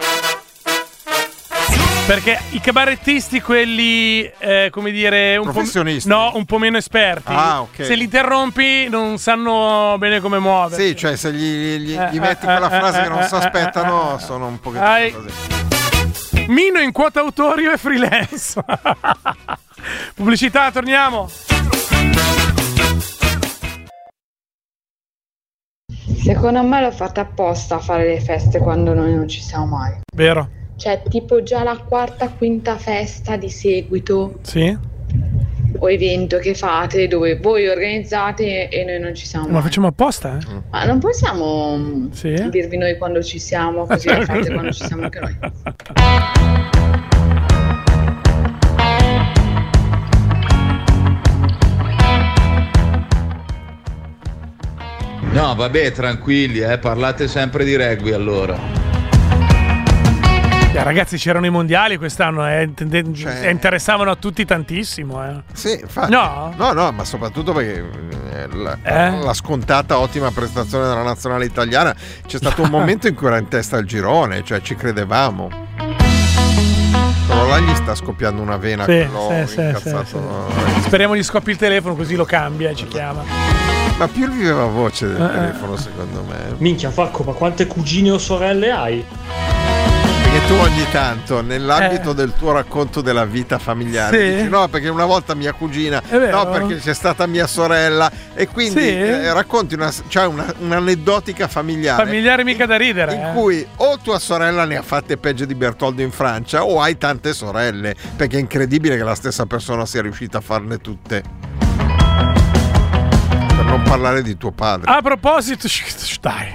[SPEAKER 5] Perché i cabarettisti, quelli, come dire,
[SPEAKER 6] professionisti.
[SPEAKER 5] Un po' meno esperti.
[SPEAKER 6] Ok.
[SPEAKER 5] Se li interrompi non sanno bene come muoversi.
[SPEAKER 6] Sì, cioè se gli metti quella frase che non si aspettano, sono un pochettino così.
[SPEAKER 5] Mino in quota autorio e freelance. Pubblicità, torniamo.
[SPEAKER 16] Secondo me l'ho fatta apposta a fare le feste quando noi non ci siamo mai.
[SPEAKER 5] Vero.
[SPEAKER 16] Cioè, tipo già la quarta, quinta festa di seguito.
[SPEAKER 5] Sì.
[SPEAKER 16] O evento che fate dove voi organizzate e noi non ci siamo mai.
[SPEAKER 5] Ma facciamo apposta,
[SPEAKER 16] Ma non possiamo dirvi noi quando ci siamo, così la fate quando ci siamo anche noi.
[SPEAKER 17] No, vabbè, tranquilli, parlate sempre di rugby allora.
[SPEAKER 5] Ragazzi, c'erano i mondiali quest'anno, interessavano a tutti tantissimo.
[SPEAKER 6] Sì, infatti.
[SPEAKER 5] No,
[SPEAKER 6] ma soprattutto perché la scontata ottima prestazione della nazionale italiana, c'è stato un momento in cui era in testa al girone, cioè ci credevamo. Però là gli sta scoppiando una vena, incazzato.
[SPEAKER 5] Speriamo gli scoppi il telefono così lo cambia e ci chiama.
[SPEAKER 6] Ma più il viva voce del telefono, secondo me.
[SPEAKER 18] Minchia, Falco, ma quante cugine o sorelle hai?
[SPEAKER 6] Perché tu ogni tanto, nell'ambito del tuo racconto della vita familiare, dici no, perché una volta mia cugina, no, perché c'è stata mia sorella, e quindi racconti un'aneddotica familiare.
[SPEAKER 5] Familiare mica da ridere.
[SPEAKER 6] In cui o tua sorella ne ha fatte peggio di Bertoldo in Francia, o hai tante sorelle, perché è incredibile che la stessa persona sia riuscita a farne tutte. Per non parlare di tuo padre.
[SPEAKER 5] A proposito, dai.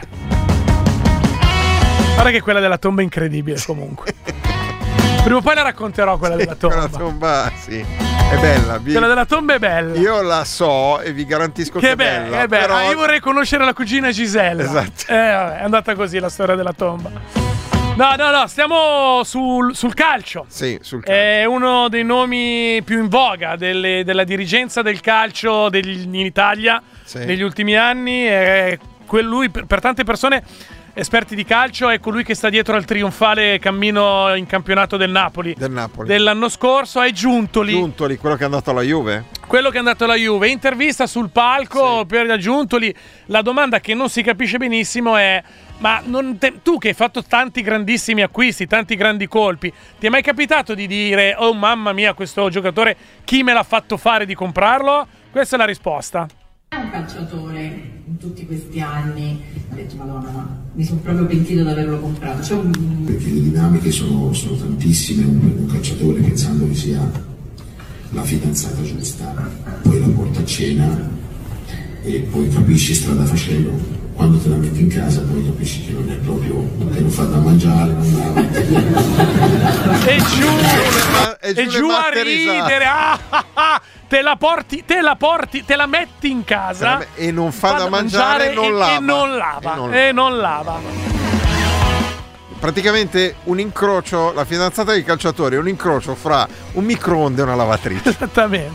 [SPEAKER 5] Guarda che quella della tomba è incredibile comunque. Prima o poi la racconterò quella della tomba.
[SPEAKER 6] Quella tomba, sì. È bella.
[SPEAKER 5] Quella della tomba è bella.
[SPEAKER 6] Io la so e vi garantisco che è bella.
[SPEAKER 5] È bella. Però... io vorrei conoscere la cugina Gisella.
[SPEAKER 6] Esatto.
[SPEAKER 5] Vabbè, è andata così la storia della tomba. No, stiamo sul calcio.
[SPEAKER 6] Sì, sul calcio.
[SPEAKER 5] È uno dei nomi più in voga della dirigenza del calcio in Italia negli ultimi anni. È lui, per tante persone esperti di calcio, è colui che sta dietro al trionfale cammino in campionato del Napoli dell'anno scorso. È Giuntoli,
[SPEAKER 6] quello che è andato alla Juve.
[SPEAKER 5] Intervista sul palco per Giuntoli. La domanda che non si capisce benissimo è: ma tu che hai fatto tanti grandissimi acquisti, tanti grandi colpi, ti è mai capitato di dire oh mamma mia, questo giocatore chi me l'ha fatto fare di comprarlo? Questa è la risposta.
[SPEAKER 19] È un calciatore in tutti questi anni, ho detto madonna, mi sono proprio pentito di averlo comprato.
[SPEAKER 20] Perché le dinamiche sono tantissime, un calciatore pensando che sia la fidanzata giusta, poi la porta a cena e poi capisci strada facendo, quando te la metti in casa poi capisci che non è proprio, che non fa da mangiare, non va
[SPEAKER 5] e giù a ridere. Te la metti in casa
[SPEAKER 6] e non fa da mangiare e
[SPEAKER 5] non lava.
[SPEAKER 6] Praticamente un incrocio, la fidanzata dei calciatori è un incrocio fra un microonde e una lavatrice.
[SPEAKER 5] Esattamente.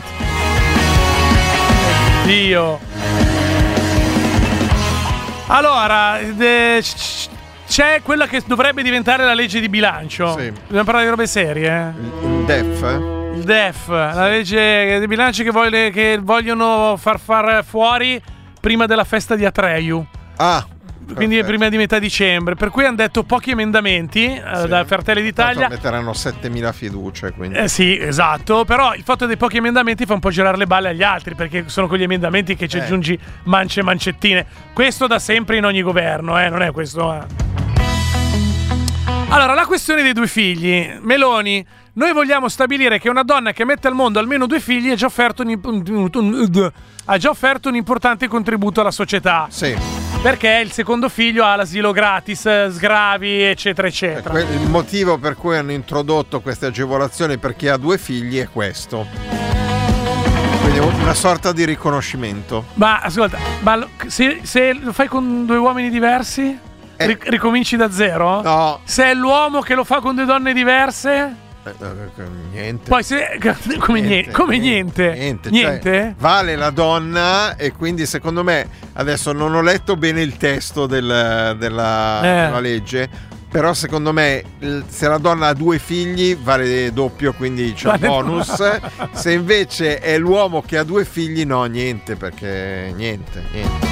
[SPEAKER 5] Dio. Allora, c'è quella che dovrebbe diventare la legge di bilancio. Dobbiamo parlare di robe serie.
[SPEAKER 6] Il DEF.
[SPEAKER 5] Il DEF, la legge di bilancio che vogliono far fuori prima della festa di Atreju. Quindi prima di metà dicembre. Per cui hanno detto pochi emendamenti da Fratelli d'Italia.
[SPEAKER 6] Metteranno 7.000 fiducie. Quindi.
[SPEAKER 5] Sì, esatto. Però il fatto dei pochi emendamenti fa un po' girare le balle agli altri, perché sono quegli emendamenti che ci aggiungi mance e mancettine. Questo da sempre in ogni governo, non è questo. Allora, la questione dei 2 figli. Meloni, noi vogliamo stabilire che una donna che mette al mondo almeno 2 figli ha già offerto un importante contributo alla società.
[SPEAKER 6] Sì.
[SPEAKER 5] Perché il secondo figlio ha l'asilo gratis, sgravi, eccetera, eccetera.
[SPEAKER 6] Il motivo per cui hanno introdotto queste agevolazioni per chi ha 2 figli è questo. Quindi una sorta di riconoscimento.
[SPEAKER 5] Ma ascolta, se lo fai con 2 uomini diversi? Ricominci da zero?
[SPEAKER 6] No.
[SPEAKER 5] Se è l'uomo che lo fa con 2 donne diverse?
[SPEAKER 6] Niente.
[SPEAKER 5] Poi come niente?
[SPEAKER 6] Cioè, vale la donna, e quindi secondo me, adesso non ho letto bene il testo della legge, però secondo me se la donna ha 2 figli vale doppio, quindi c'è un bonus. Se invece è l'uomo che ha 2 figli, no, niente, perché niente.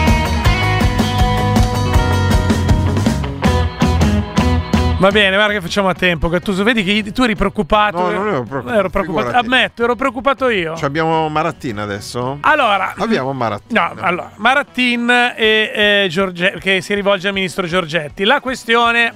[SPEAKER 5] Va bene, guarda che facciamo a tempo. Che tu vedi che tu eri preoccupato.
[SPEAKER 6] No, non ero preoccupato.
[SPEAKER 5] Ammetto, ero preoccupato io.
[SPEAKER 6] Abbiamo Marattin adesso? Abbiamo Marattin.
[SPEAKER 5] No, allora, Marattin e Giorgetti, che si rivolge al ministro Giorgetti. La questione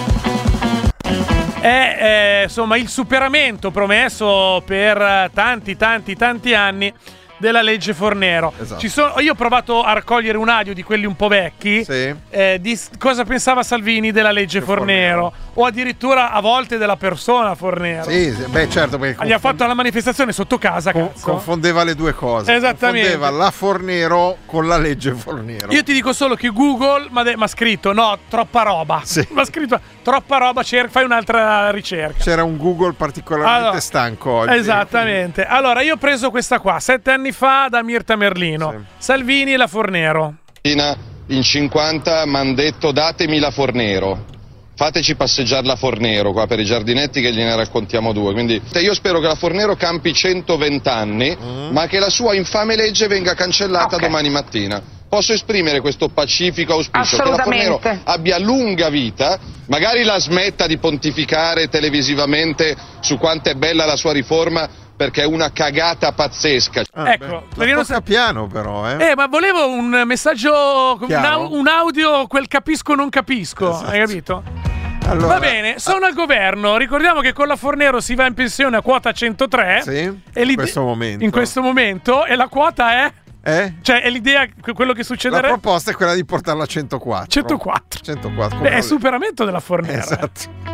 [SPEAKER 5] è insomma il superamento promesso per tanti anni della legge Fornero.
[SPEAKER 6] Esatto.
[SPEAKER 5] Io ho provato a raccogliere un audio di quelli un po' vecchi,
[SPEAKER 6] sì,
[SPEAKER 5] di cosa pensava Salvini della legge Fornero, o addirittura a volte della persona Fornero.
[SPEAKER 6] Sì, beh, certo, perché
[SPEAKER 5] gli ha fatto la manifestazione sotto casa,
[SPEAKER 6] confondeva le due cose.
[SPEAKER 5] Esattamente.
[SPEAKER 6] Confondeva la Fornero con la legge Fornero.
[SPEAKER 5] Io ti dico solo che Google mi ha scritto troppa roba.
[SPEAKER 6] Sì.
[SPEAKER 5] Mi ha scritto troppa roba, fai un'altra ricerca.
[SPEAKER 6] C'era un Google particolarmente stanco oggi.
[SPEAKER 5] Esattamente. Allora, io ho preso questa qua 7 anni fa da Mirta Merlino. Sì. Salvini e la Fornero.
[SPEAKER 4] In 50 mi hanno detto: datemi la Fornero, fateci passeggiare la Fornero qua per i giardinetti, che gliene raccontiamo 2. Quindi io spero che la Fornero campi 120 anni, ma che la sua infame legge venga cancellata domani mattina. Posso esprimere questo pacifico auspicio che la Fornero abbia lunga vita, magari la smetta di pontificare televisivamente su quanto è bella la sua riforma, perché è una cagata pazzesca.
[SPEAKER 5] Ecco,
[SPEAKER 6] tocca piano però,
[SPEAKER 5] ma volevo un messaggio, un audio, quel capisco non capisco, esatto. Hai capito? Allora, va bene, sono al governo. Ricordiamo che con la Fornero si va in pensione a quota 103.
[SPEAKER 6] Sì,
[SPEAKER 5] in questo momento. E la quota è? Cioè, è l'idea, quello che succederà.
[SPEAKER 6] La proposta è quella di portarla a 104.
[SPEAKER 5] 104. Beh, è superamento della Fornero.
[SPEAKER 6] Esatto.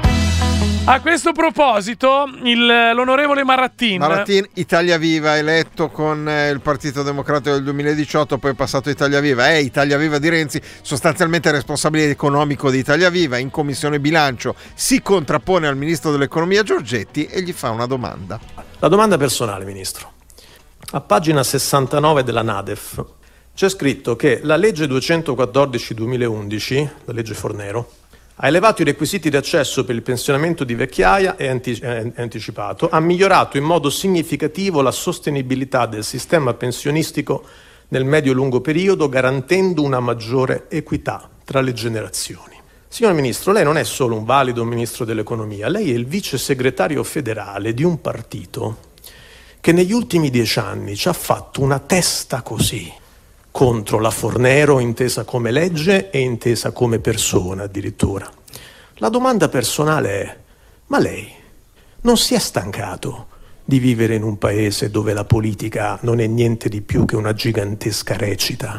[SPEAKER 5] A questo proposito, l'onorevole
[SPEAKER 6] Marattin, Italia Viva, eletto con il Partito Democratico del 2018, poi è passato Italia Viva. È Italia Viva di Renzi, sostanzialmente responsabile economico di Italia Viva. In commissione bilancio si contrappone al ministro dell'economia Giorgetti e gli fa una domanda.
[SPEAKER 21] La domanda personale, ministro. A pagina 69 della NADEF c'è scritto che la legge 214/2011, la legge Fornero, ha elevato i requisiti di accesso per il pensionamento di vecchiaia e anticipato, ha migliorato in modo significativo la sostenibilità del sistema pensionistico nel medio-lungo periodo, garantendo una maggiore equità tra le generazioni. Signor Ministro, lei non è solo un valido Ministro dell'Economia, lei è il vice segretario federale di un partito che negli ultimi 10 anni ci ha fatto una testa così contro la Fornero, intesa come legge e intesa come persona addirittura. La domanda personale è: ma lei non si è stancato di vivere in un paese dove la politica non è niente di più che una gigantesca recita?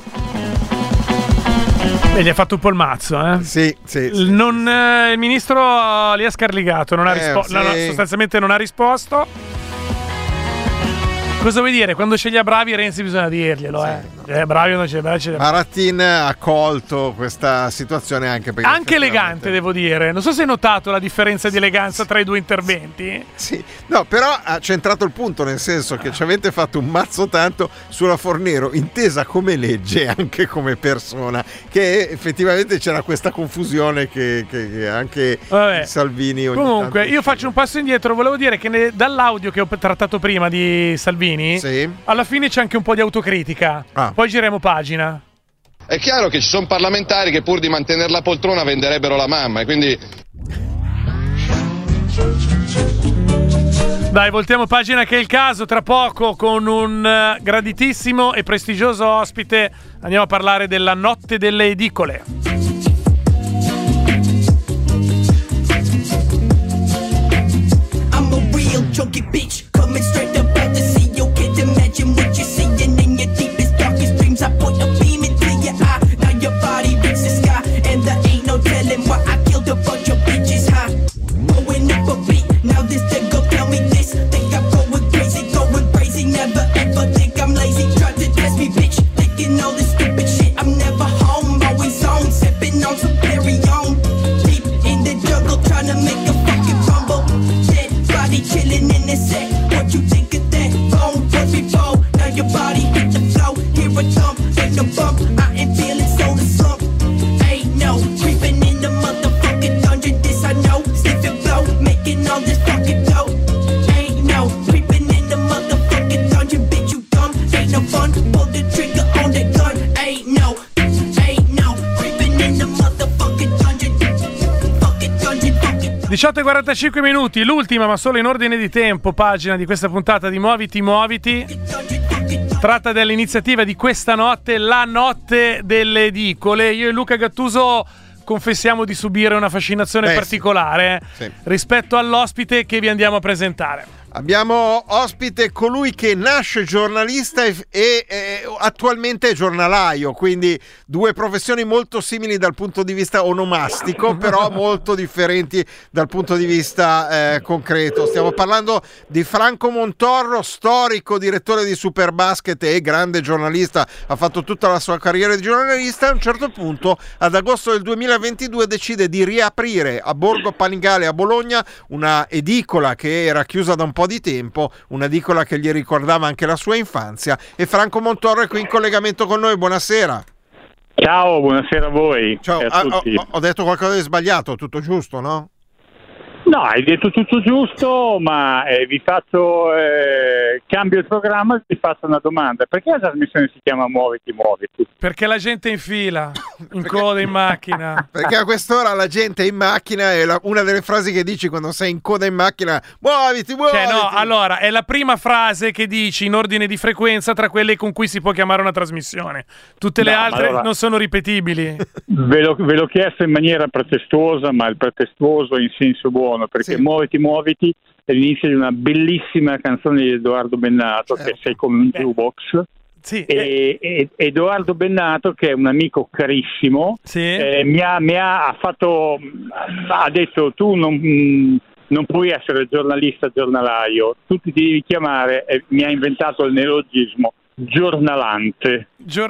[SPEAKER 5] E gli ha fatto un po' il mazzo,
[SPEAKER 6] Sì.
[SPEAKER 5] Il ministro li ha scarligato, non ha sostanzialmente non ha risposto. Cosa vuoi dire? Quando sceglie bravi Renzi bisogna dirglielo, bravi non c'è.
[SPEAKER 6] Marattin ha colto questa situazione anche perché
[SPEAKER 5] anche elegante, devo dire. Non so se hai notato la differenza di eleganza tra i due interventi.
[SPEAKER 6] Sì, no, però ha centrato il punto, nel senso che ci avete fatto un mazzo tanto sulla Fornero, intesa come legge e anche come persona, che effettivamente c'era questa confusione che anche Salvini ogni
[SPEAKER 5] Comunque,
[SPEAKER 6] tanto
[SPEAKER 5] io faccio un passo indietro. Volevo dire che dall'audio che ho trattato prima di Salvini, alla fine c'è anche un po' di autocritica. Poi giriamo pagina.
[SPEAKER 4] È chiaro che ci sono parlamentari che pur di mantenere la poltrona venderebbero la mamma, e quindi
[SPEAKER 5] dai, voltiamo pagina, che è il caso. Tra poco, con un graditissimo e prestigioso ospite, andiamo a parlare della notte delle edicole.
[SPEAKER 11] I'm a real junkie bitch, coming straight up out the sea. You can't imagine what you're seeing in your deepest, darkest dreams. I put a beam into your eye, now your body reaches the sky, and there ain't no telling why I killed a bunch of bitches, huh? Going up a beat, now this the go tell me this. Think I'm going crazy, never ever think I'm lazy. Try to test me, bitch, thinking all this stupid shit. I'm never home, always on, sipping on some Perry on. Deep in the jungle, trying to make a fucking fumble. all this fucking dope. Ain't no creeping in the motherfucking dungeon, bitch, you dumb. Ain't no fun, pull the trigger on the gun. Ain't no creeping in the motherfucking dungeon. Fucking dungeon, fucking
[SPEAKER 5] 18:45 minuti, l'ultima ma solo in ordine di tempo pagina di questa puntata di Muoviti Muoviti. Tratta dell'iniziativa di questa notte, la notte delle edicole. Io e Luca Gattuso confessiamo di subire una fascinazione particolare rispetto all'ospite che vi andiamo a presentare.
[SPEAKER 6] Abbiamo ospite colui che nasce giornalista e attualmente è giornalaio, quindi due professioni molto simili dal punto di vista onomastico, però molto differenti dal punto di vista concreto. Stiamo parlando di Franco Montorro, storico direttore di Superbasket e grande giornalista, ha fatto tutta la sua carriera di giornalista. A un certo punto, ad agosto del 2022, decide di riaprire a Borgo Panigale a Bologna una edicola che era chiusa da un po' di tempo, un'edicola che gli ricordava anche la sua infanzia, e Franco Montorro è qui in collegamento con noi. Buonasera.
[SPEAKER 2] Ciao, buonasera a voi.
[SPEAKER 6] Ciao,
[SPEAKER 2] e a tutti.
[SPEAKER 6] Ho detto qualcosa di sbagliato, tutto giusto, no?
[SPEAKER 2] No, hai detto tutto giusto, ma vi faccio cambio il programma e vi faccio una domanda. Perché la trasmissione si chiama Muoviti Muoviti?
[SPEAKER 5] Perché la gente è in fila, in coda in macchina.
[SPEAKER 6] Perché a quest'ora la gente è in macchina e una delle frasi che dici quando sei in coda in macchina: muoviti, muoviti.
[SPEAKER 5] Cioè no, allora, è la prima frase che dici in ordine di frequenza tra quelle con cui si può chiamare una trasmissione. Tutte le altre allora, non sono ripetibili.
[SPEAKER 2] Ve l'ho chiesto in maniera pretestuosa, ma il pretestuoso in senso buono, perché Muoviti Muoviti è l'inizio di una bellissima canzone di Edoardo Bennato, che Sei come un jukebox.
[SPEAKER 5] Sì.
[SPEAKER 2] E Edoardo Bennato, che è un amico carissimo, mi ha detto: tu non puoi essere giornalista giornalaio, tu ti devi chiamare, e mi ha inventato il neologismo giornalante,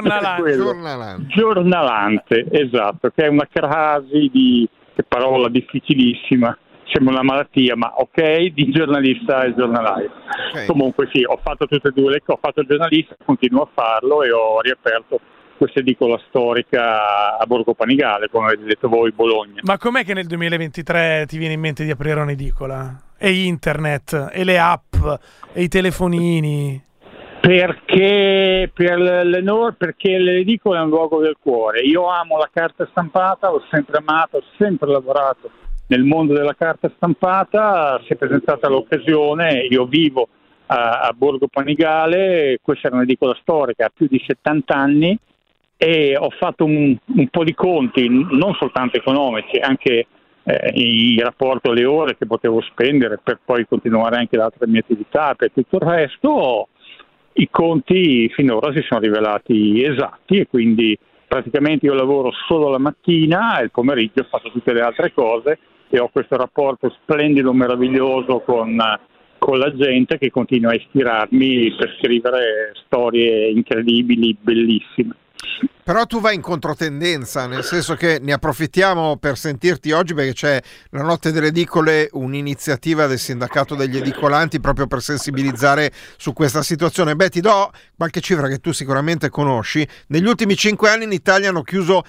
[SPEAKER 2] esatto, che è una crasi che parola difficilissima, sembra una malattia, ma ok, di giornalista e giornalaio. Comunque sì, ho fatto tutte e due le cose, ho fatto il giornalista, continuo a farlo e ho riaperto questa edicola storica a Borgo Panigale, come avete detto voi, Bologna.
[SPEAKER 5] Ma com'è che nel 2023 ti viene in mente di aprire un'edicola? E internet, e le app, e i telefonini?
[SPEAKER 2] Perché l'edicola è un luogo del cuore. Io amo la carta stampata, l'ho sempre amata, ho sempre lavorato nel mondo della carta stampata. Si è presentata l'occasione, io vivo a Borgo Panigale, questa era un'edicola storica, ha più di 70 anni, e ho fatto un po' di conti, non soltanto economici, anche in rapporto alle ore che potevo spendere per poi continuare anche le altre mie attività, per tutto il resto. I conti finora si sono rivelati esatti, e quindi praticamente io lavoro solo la mattina e il pomeriggio faccio tutte le altre cose, e ho questo rapporto splendido, meraviglioso con la gente, che continua a ispirarmi per scrivere storie incredibili, bellissime.
[SPEAKER 6] Però tu vai in controtendenza, nel senso che ne approfittiamo per sentirti oggi, perché c'è la Notte delle Edicole, un'iniziativa del sindacato degli edicolanti proprio per sensibilizzare su questa situazione. Beh, ti do qualche cifra che tu sicuramente conosci. Negli ultimi 5 anni in Italia hanno chiuso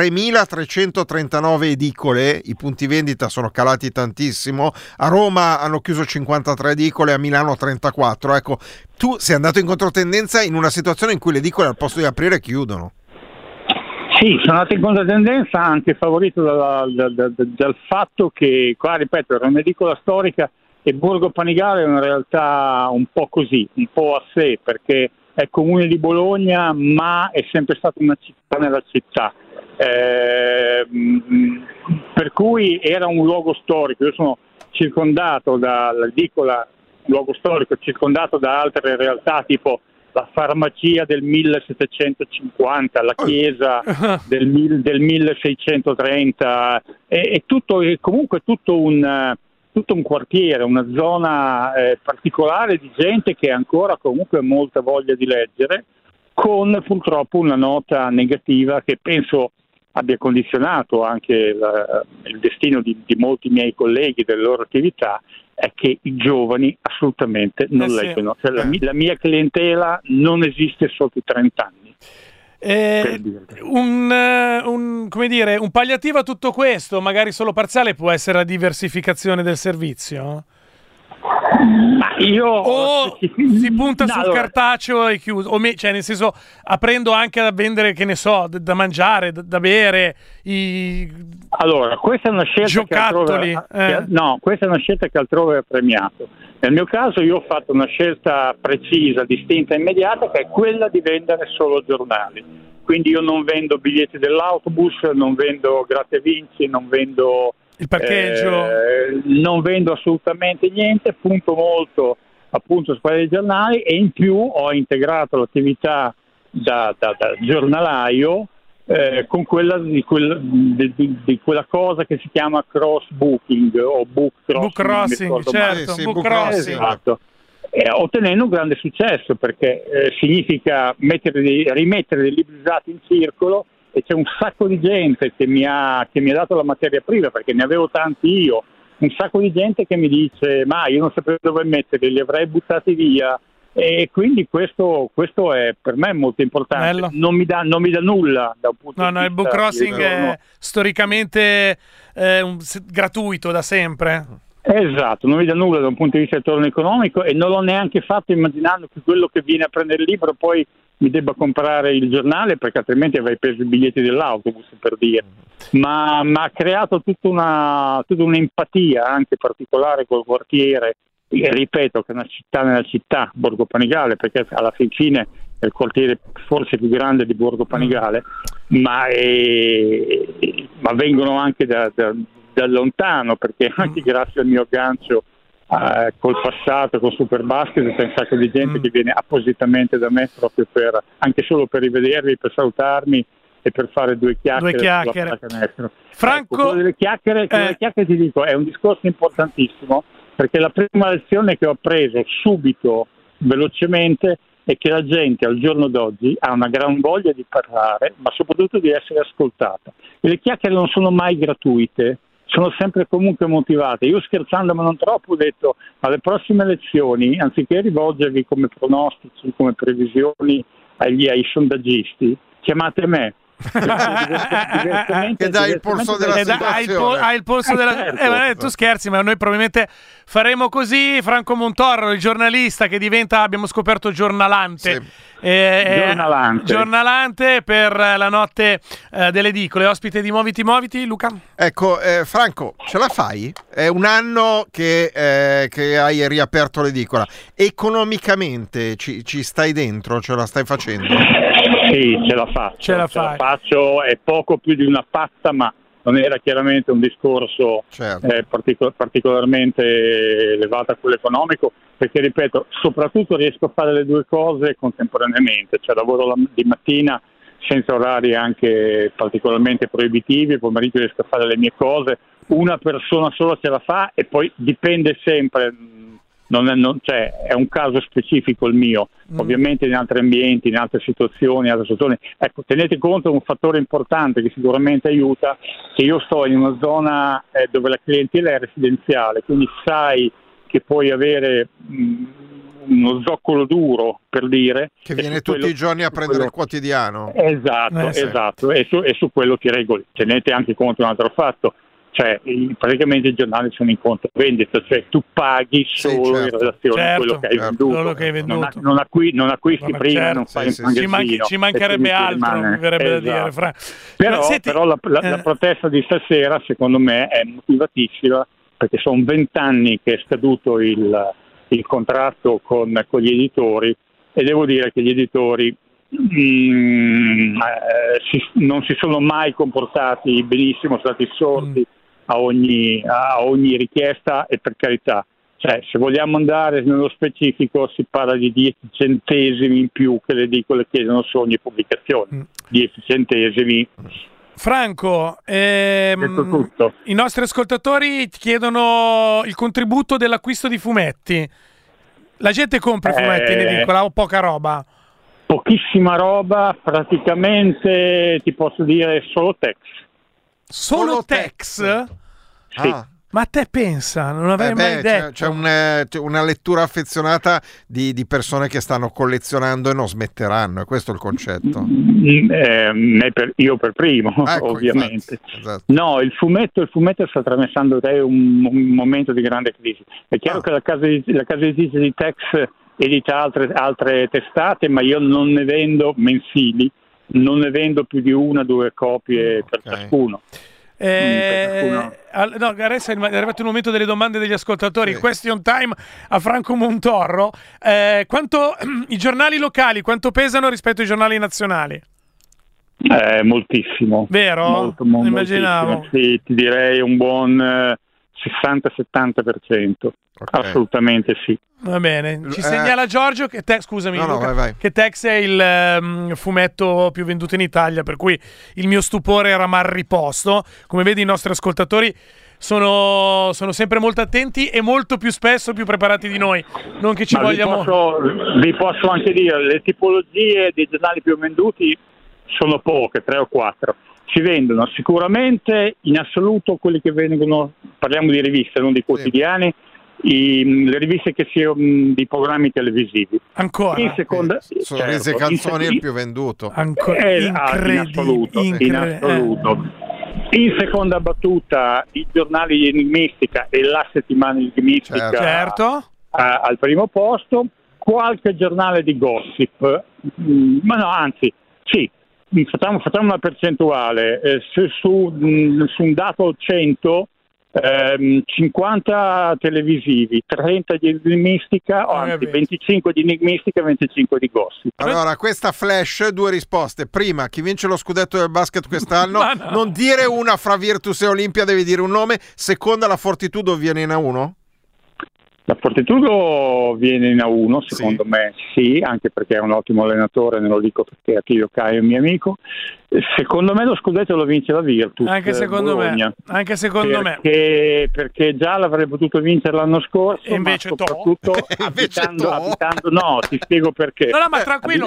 [SPEAKER 6] 3.339 edicole, i punti vendita sono calati tantissimo, a Roma hanno chiuso 53 edicole, a Milano 34. Ecco, tu sei andato in controtendenza in una situazione in cui le edicole al posto di aprire chiudono.
[SPEAKER 2] Sì, sono andato in controtendenza, anche favorito dal fatto che, qua ripeto, era un'edicola storica e Borgo Panigale è una realtà un po' così, un po' a sé, perché è comune di Bologna, ma è sempre stata una città nella città. Per cui era un luogo storico. Io sono circondato dall'edicola, luogo storico, circondato da altre realtà tipo la farmacia del 1750, la chiesa del 1630, è tutto, è comunque tutto un quartiere, una zona particolare di gente che ha ancora comunque molta voglia di leggere, con purtroppo una nota negativa che penso abbia condizionato anche il destino di molti miei colleghi, delle loro attività, è che i giovani assolutamente non leggono. Cioè, la mia clientela non esiste sotto i 30 anni.
[SPEAKER 5] Come dire, un palliativo a tutto questo, magari solo parziale, può essere la diversificazione del servizio?
[SPEAKER 2] Ma io
[SPEAKER 5] si punta sul cartaceo e chiuso, cioè nel senso aprendo anche a vendere, che ne so, da mangiare, da bere,
[SPEAKER 2] allora questa è una scelta
[SPEAKER 5] giocattoli,
[SPEAKER 2] questa è una scelta che altrove è premiato. Nel mio caso io ho fatto una scelta precisa, distinta e immediata, che è quella di vendere solo giornali. Quindi io non vendo biglietti dell'autobus, non vendo gratta e vinci, non vendo
[SPEAKER 5] il parcheggio,
[SPEAKER 2] non vendo assolutamente niente, punto molto appunto su quelli giornali, e in più ho integrato l'attività da giornalaio con quella di quella cosa che si chiama cross booking o book crossing,
[SPEAKER 5] certo, book crossing.
[SPEAKER 2] Esatto. Ottenendo un grande successo, perché significa rimettere dei libri usati in circolo, e c'è un sacco di gente che mi ha dato la materia prima, perché ne avevo tanti io, un sacco di gente che mi dice ma io non sapevo dove metterli, li avrei buttati via, e quindi questo è per me molto importante. Non mi dà nulla da un punto di vista.
[SPEAKER 5] Il book crossing è storicamente gratuito da sempre.
[SPEAKER 2] Esatto, non mi dà nulla da un punto di vista del ritorno economico, e non l'ho neanche fatto immaginando che quello che viene a prendere il libro poi mi debba comprare il giornale, perché altrimenti avrei preso i biglietti dell'autobus, per dire. Ma ha creato tutta un'empatia anche particolare col quartiere, ripeto che è una città nella città, Borgo Panigale, perché alla fine è il quartiere forse più grande di Borgo Panigale, ma vengono anche da lontano, perché anche grazie al mio aggancio col passato, col Superbasket, c'è un sacco di gente che viene appositamente da me proprio anche solo per rivedervi, per salutarmi e per fare due chiacchiere.
[SPEAKER 5] Franco,
[SPEAKER 2] quello delle chiacchiere ti dico, è un discorso importantissimo, perché la prima lezione che ho preso subito, velocemente, è che la gente al giorno d'oggi ha una gran voglia di parlare, ma soprattutto di essere ascoltata. E le chiacchiere non sono mai gratuite, sono sempre comunque motivate. Io, scherzando ma non troppo, ho detto alle prossime elezioni, anziché rivolgervi come pronostici, come previsioni ai sondaggisti, chiamate me.
[SPEAKER 6] Che dai il polso della situazione.
[SPEAKER 5] Hai il polso della...
[SPEAKER 2] Certo.
[SPEAKER 5] Tu scherzi, ma noi probabilmente faremo così. Franco Montorro, il giornalista che diventa, abbiamo scoperto, giornalante. Giornalante per la notte delle edicole, ospite di Muoviti, Luca.
[SPEAKER 6] Ecco, Franco, ce la fai? È un anno che hai riaperto l'edicola. Economicamente ci stai dentro? Ce la stai facendo?
[SPEAKER 2] Sì, ce la faccio, è poco più di una pazza, ma non era chiaramente un discorso particolarmente elevato a quello economico, perché ripeto, soprattutto riesco a fare le due cose contemporaneamente, cioè lavoro di mattina senza orari anche particolarmente proibitivi, poi pomeriggio riesco a fare le mie cose, una persona sola ce la fa, e poi dipende sempre. È un caso specifico il mio, ovviamente in altri ambienti, in altre situazioni. Ecco, tenete conto di un fattore importante che sicuramente aiuta, che io sto in una zona dove la clientela è residenziale, quindi sai che puoi avere uno zoccolo duro, per dire,
[SPEAKER 6] che viene tutti i giorni a prendere il quotidiano.
[SPEAKER 2] Esatto, e su quello ti regoli. Tenete anche conto di un altro fatto. Cioè, praticamente i giornali sono in conto vendita, cioè tu paghi solo in relazione a quello che hai venduto. Non acquisti prima, non fai un magazzino.
[SPEAKER 5] Ci mancherebbe altro, mi verrebbe da dire.
[SPEAKER 2] Però la protesta di stasera, secondo me, è motivatissima, perché sono 20 anni che è scaduto il contratto con gli editori, e devo dire che gli editori non si sono mai comportati benissimo, sono stati sordi a ogni richiesta, e per carità, cioè, se vogliamo andare nello specifico, si parla di 10 centesimi in più che le edicole chiedono su ogni pubblicazione. 10 centesimi.
[SPEAKER 5] Franco, i nostri ascoltatori ti chiedono il contributo dell'acquisto di fumetti. La gente compra i fumetti in edicola o poca roba?
[SPEAKER 2] Pochissima roba, praticamente ti posso dire solo text.
[SPEAKER 5] Solo text?
[SPEAKER 2] Sì.
[SPEAKER 5] Ma te pensa, non avrei mai detto.
[SPEAKER 6] C'è una lettura affezionata di persone che stanno collezionando e non smetteranno, è questo il concetto.
[SPEAKER 2] Io per primo, ovviamente.
[SPEAKER 6] Infatti, esatto.
[SPEAKER 2] No, il fumetto sta attraversando un momento di grande crisi. È chiaro che la casa editrice di Tex edita altre testate, ma io non ne vendo mensili, non ne vendo più di 1 o 2 copie per ciascuno.
[SPEAKER 5] No, adesso è arrivato il momento delle domande degli ascoltatori. Question time a Franco Montorro. Quanto i giornali locali quanto pesano rispetto ai giornali nazionali?
[SPEAKER 2] Moltissimo.
[SPEAKER 5] Vero? Immaginavo.
[SPEAKER 2] Moltissimo. Sì, ti direi un buon 60-70%. Assolutamente sì.
[SPEAKER 5] Va bene, ci segnala Giorgio che scusami, Luca,
[SPEAKER 6] vai.
[SPEAKER 5] che Tex è il fumetto più venduto in Italia, per cui il mio stupore era mal riposto. Come vedi, i nostri ascoltatori sono sempre molto attenti e molto più spesso più preparati di noi. Non che ci vogliamo.
[SPEAKER 2] Vi posso anche dire, le tipologie dei giornali più venduti sono poche, 3 o 4. Si vendono sicuramente in assoluto quelli che vengono, parliamo di riviste, non di quotidiani. Le riviste che siano di programmi televisivi.
[SPEAKER 5] Ancora?
[SPEAKER 2] In seconda,
[SPEAKER 6] Sorrisi e canzoni è il più venduto.
[SPEAKER 5] Ancora?
[SPEAKER 2] In assoluto. In seconda battuta i giornali di enigmistica e la settimana enigmistica al primo posto, qualche giornale di gossip, ma no, anzi sì, facciamo una percentuale, su un dato 100 50 televisivi, 30 di enigmistica, o anzi 25 di enigmistica e 25 di gossip.
[SPEAKER 6] Allora, questa flash, 2 risposte. Prima, chi vince lo scudetto del basket quest'anno? Non dire una fra Virtus e Olimpia, devi dire un nome. Seconda, la Fortitudo viene in A1?
[SPEAKER 2] La Fortitudo viene in A1, secondo me sì, anche perché è un ottimo allenatore, non lo dico perché Attilio Caio è un mio amico. Secondo me lo scudetto lo vince la Virtus.
[SPEAKER 5] Anche secondo
[SPEAKER 2] Bologna.
[SPEAKER 5] me. Anche secondo me.
[SPEAKER 2] Perché già l'avrebbe potuto vincere l'anno scorso,
[SPEAKER 5] e invece
[SPEAKER 2] ma soprattutto abitando, no, ti spiego perché.
[SPEAKER 5] No, ma tranquillo,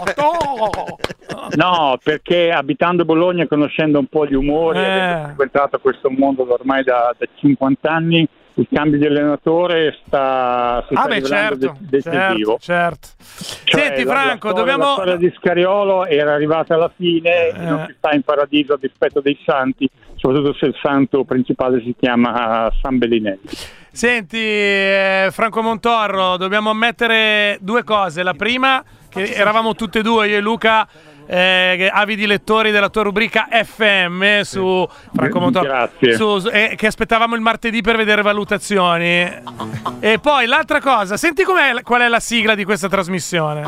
[SPEAKER 2] No, perché abitando Bologna, conoscendo un po' gli umori, avendo frequentato questo mondo ormai da 50 anni, il cambio di allenatore si sta rivelando decisivo.
[SPEAKER 5] Certo.
[SPEAKER 2] Cioè,
[SPEAKER 5] Senti Franco,
[SPEAKER 2] la storia di Scariolo era arrivata alla fine, non si sta in paradiso a dispetto dei santi, soprattutto se il santo principale si chiama San Bellinelli.
[SPEAKER 5] Senti Franco Montorro, dobbiamo ammettere 2 cose. La prima, che eravamo tutte e 2, io e Luca, avidi lettori della tua rubrica FM su Franco Montorro, che aspettavamo il martedì per vedere valutazioni. E poi l'altra cosa, senti qual è la sigla di questa trasmissione?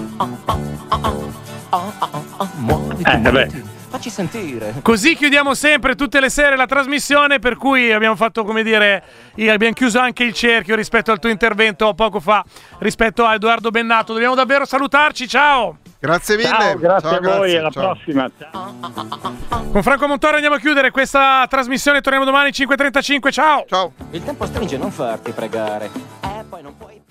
[SPEAKER 5] Facci sentire. Così chiudiamo sempre tutte le sere la trasmissione, per cui abbiamo fatto, come dire, abbiamo chiuso anche il cerchio rispetto al tuo intervento poco fa rispetto a Edoardo Bennato. Dobbiamo davvero salutarci, ciao.
[SPEAKER 6] Grazie mille.
[SPEAKER 2] Ciao, grazie a voi, alla prossima.
[SPEAKER 5] Con Franco Montorro andiamo a chiudere questa trasmissione, torniamo domani 5:35, ciao.
[SPEAKER 6] Ciao.
[SPEAKER 11] Il tempo stringe, non farti pregare. Poi non puoi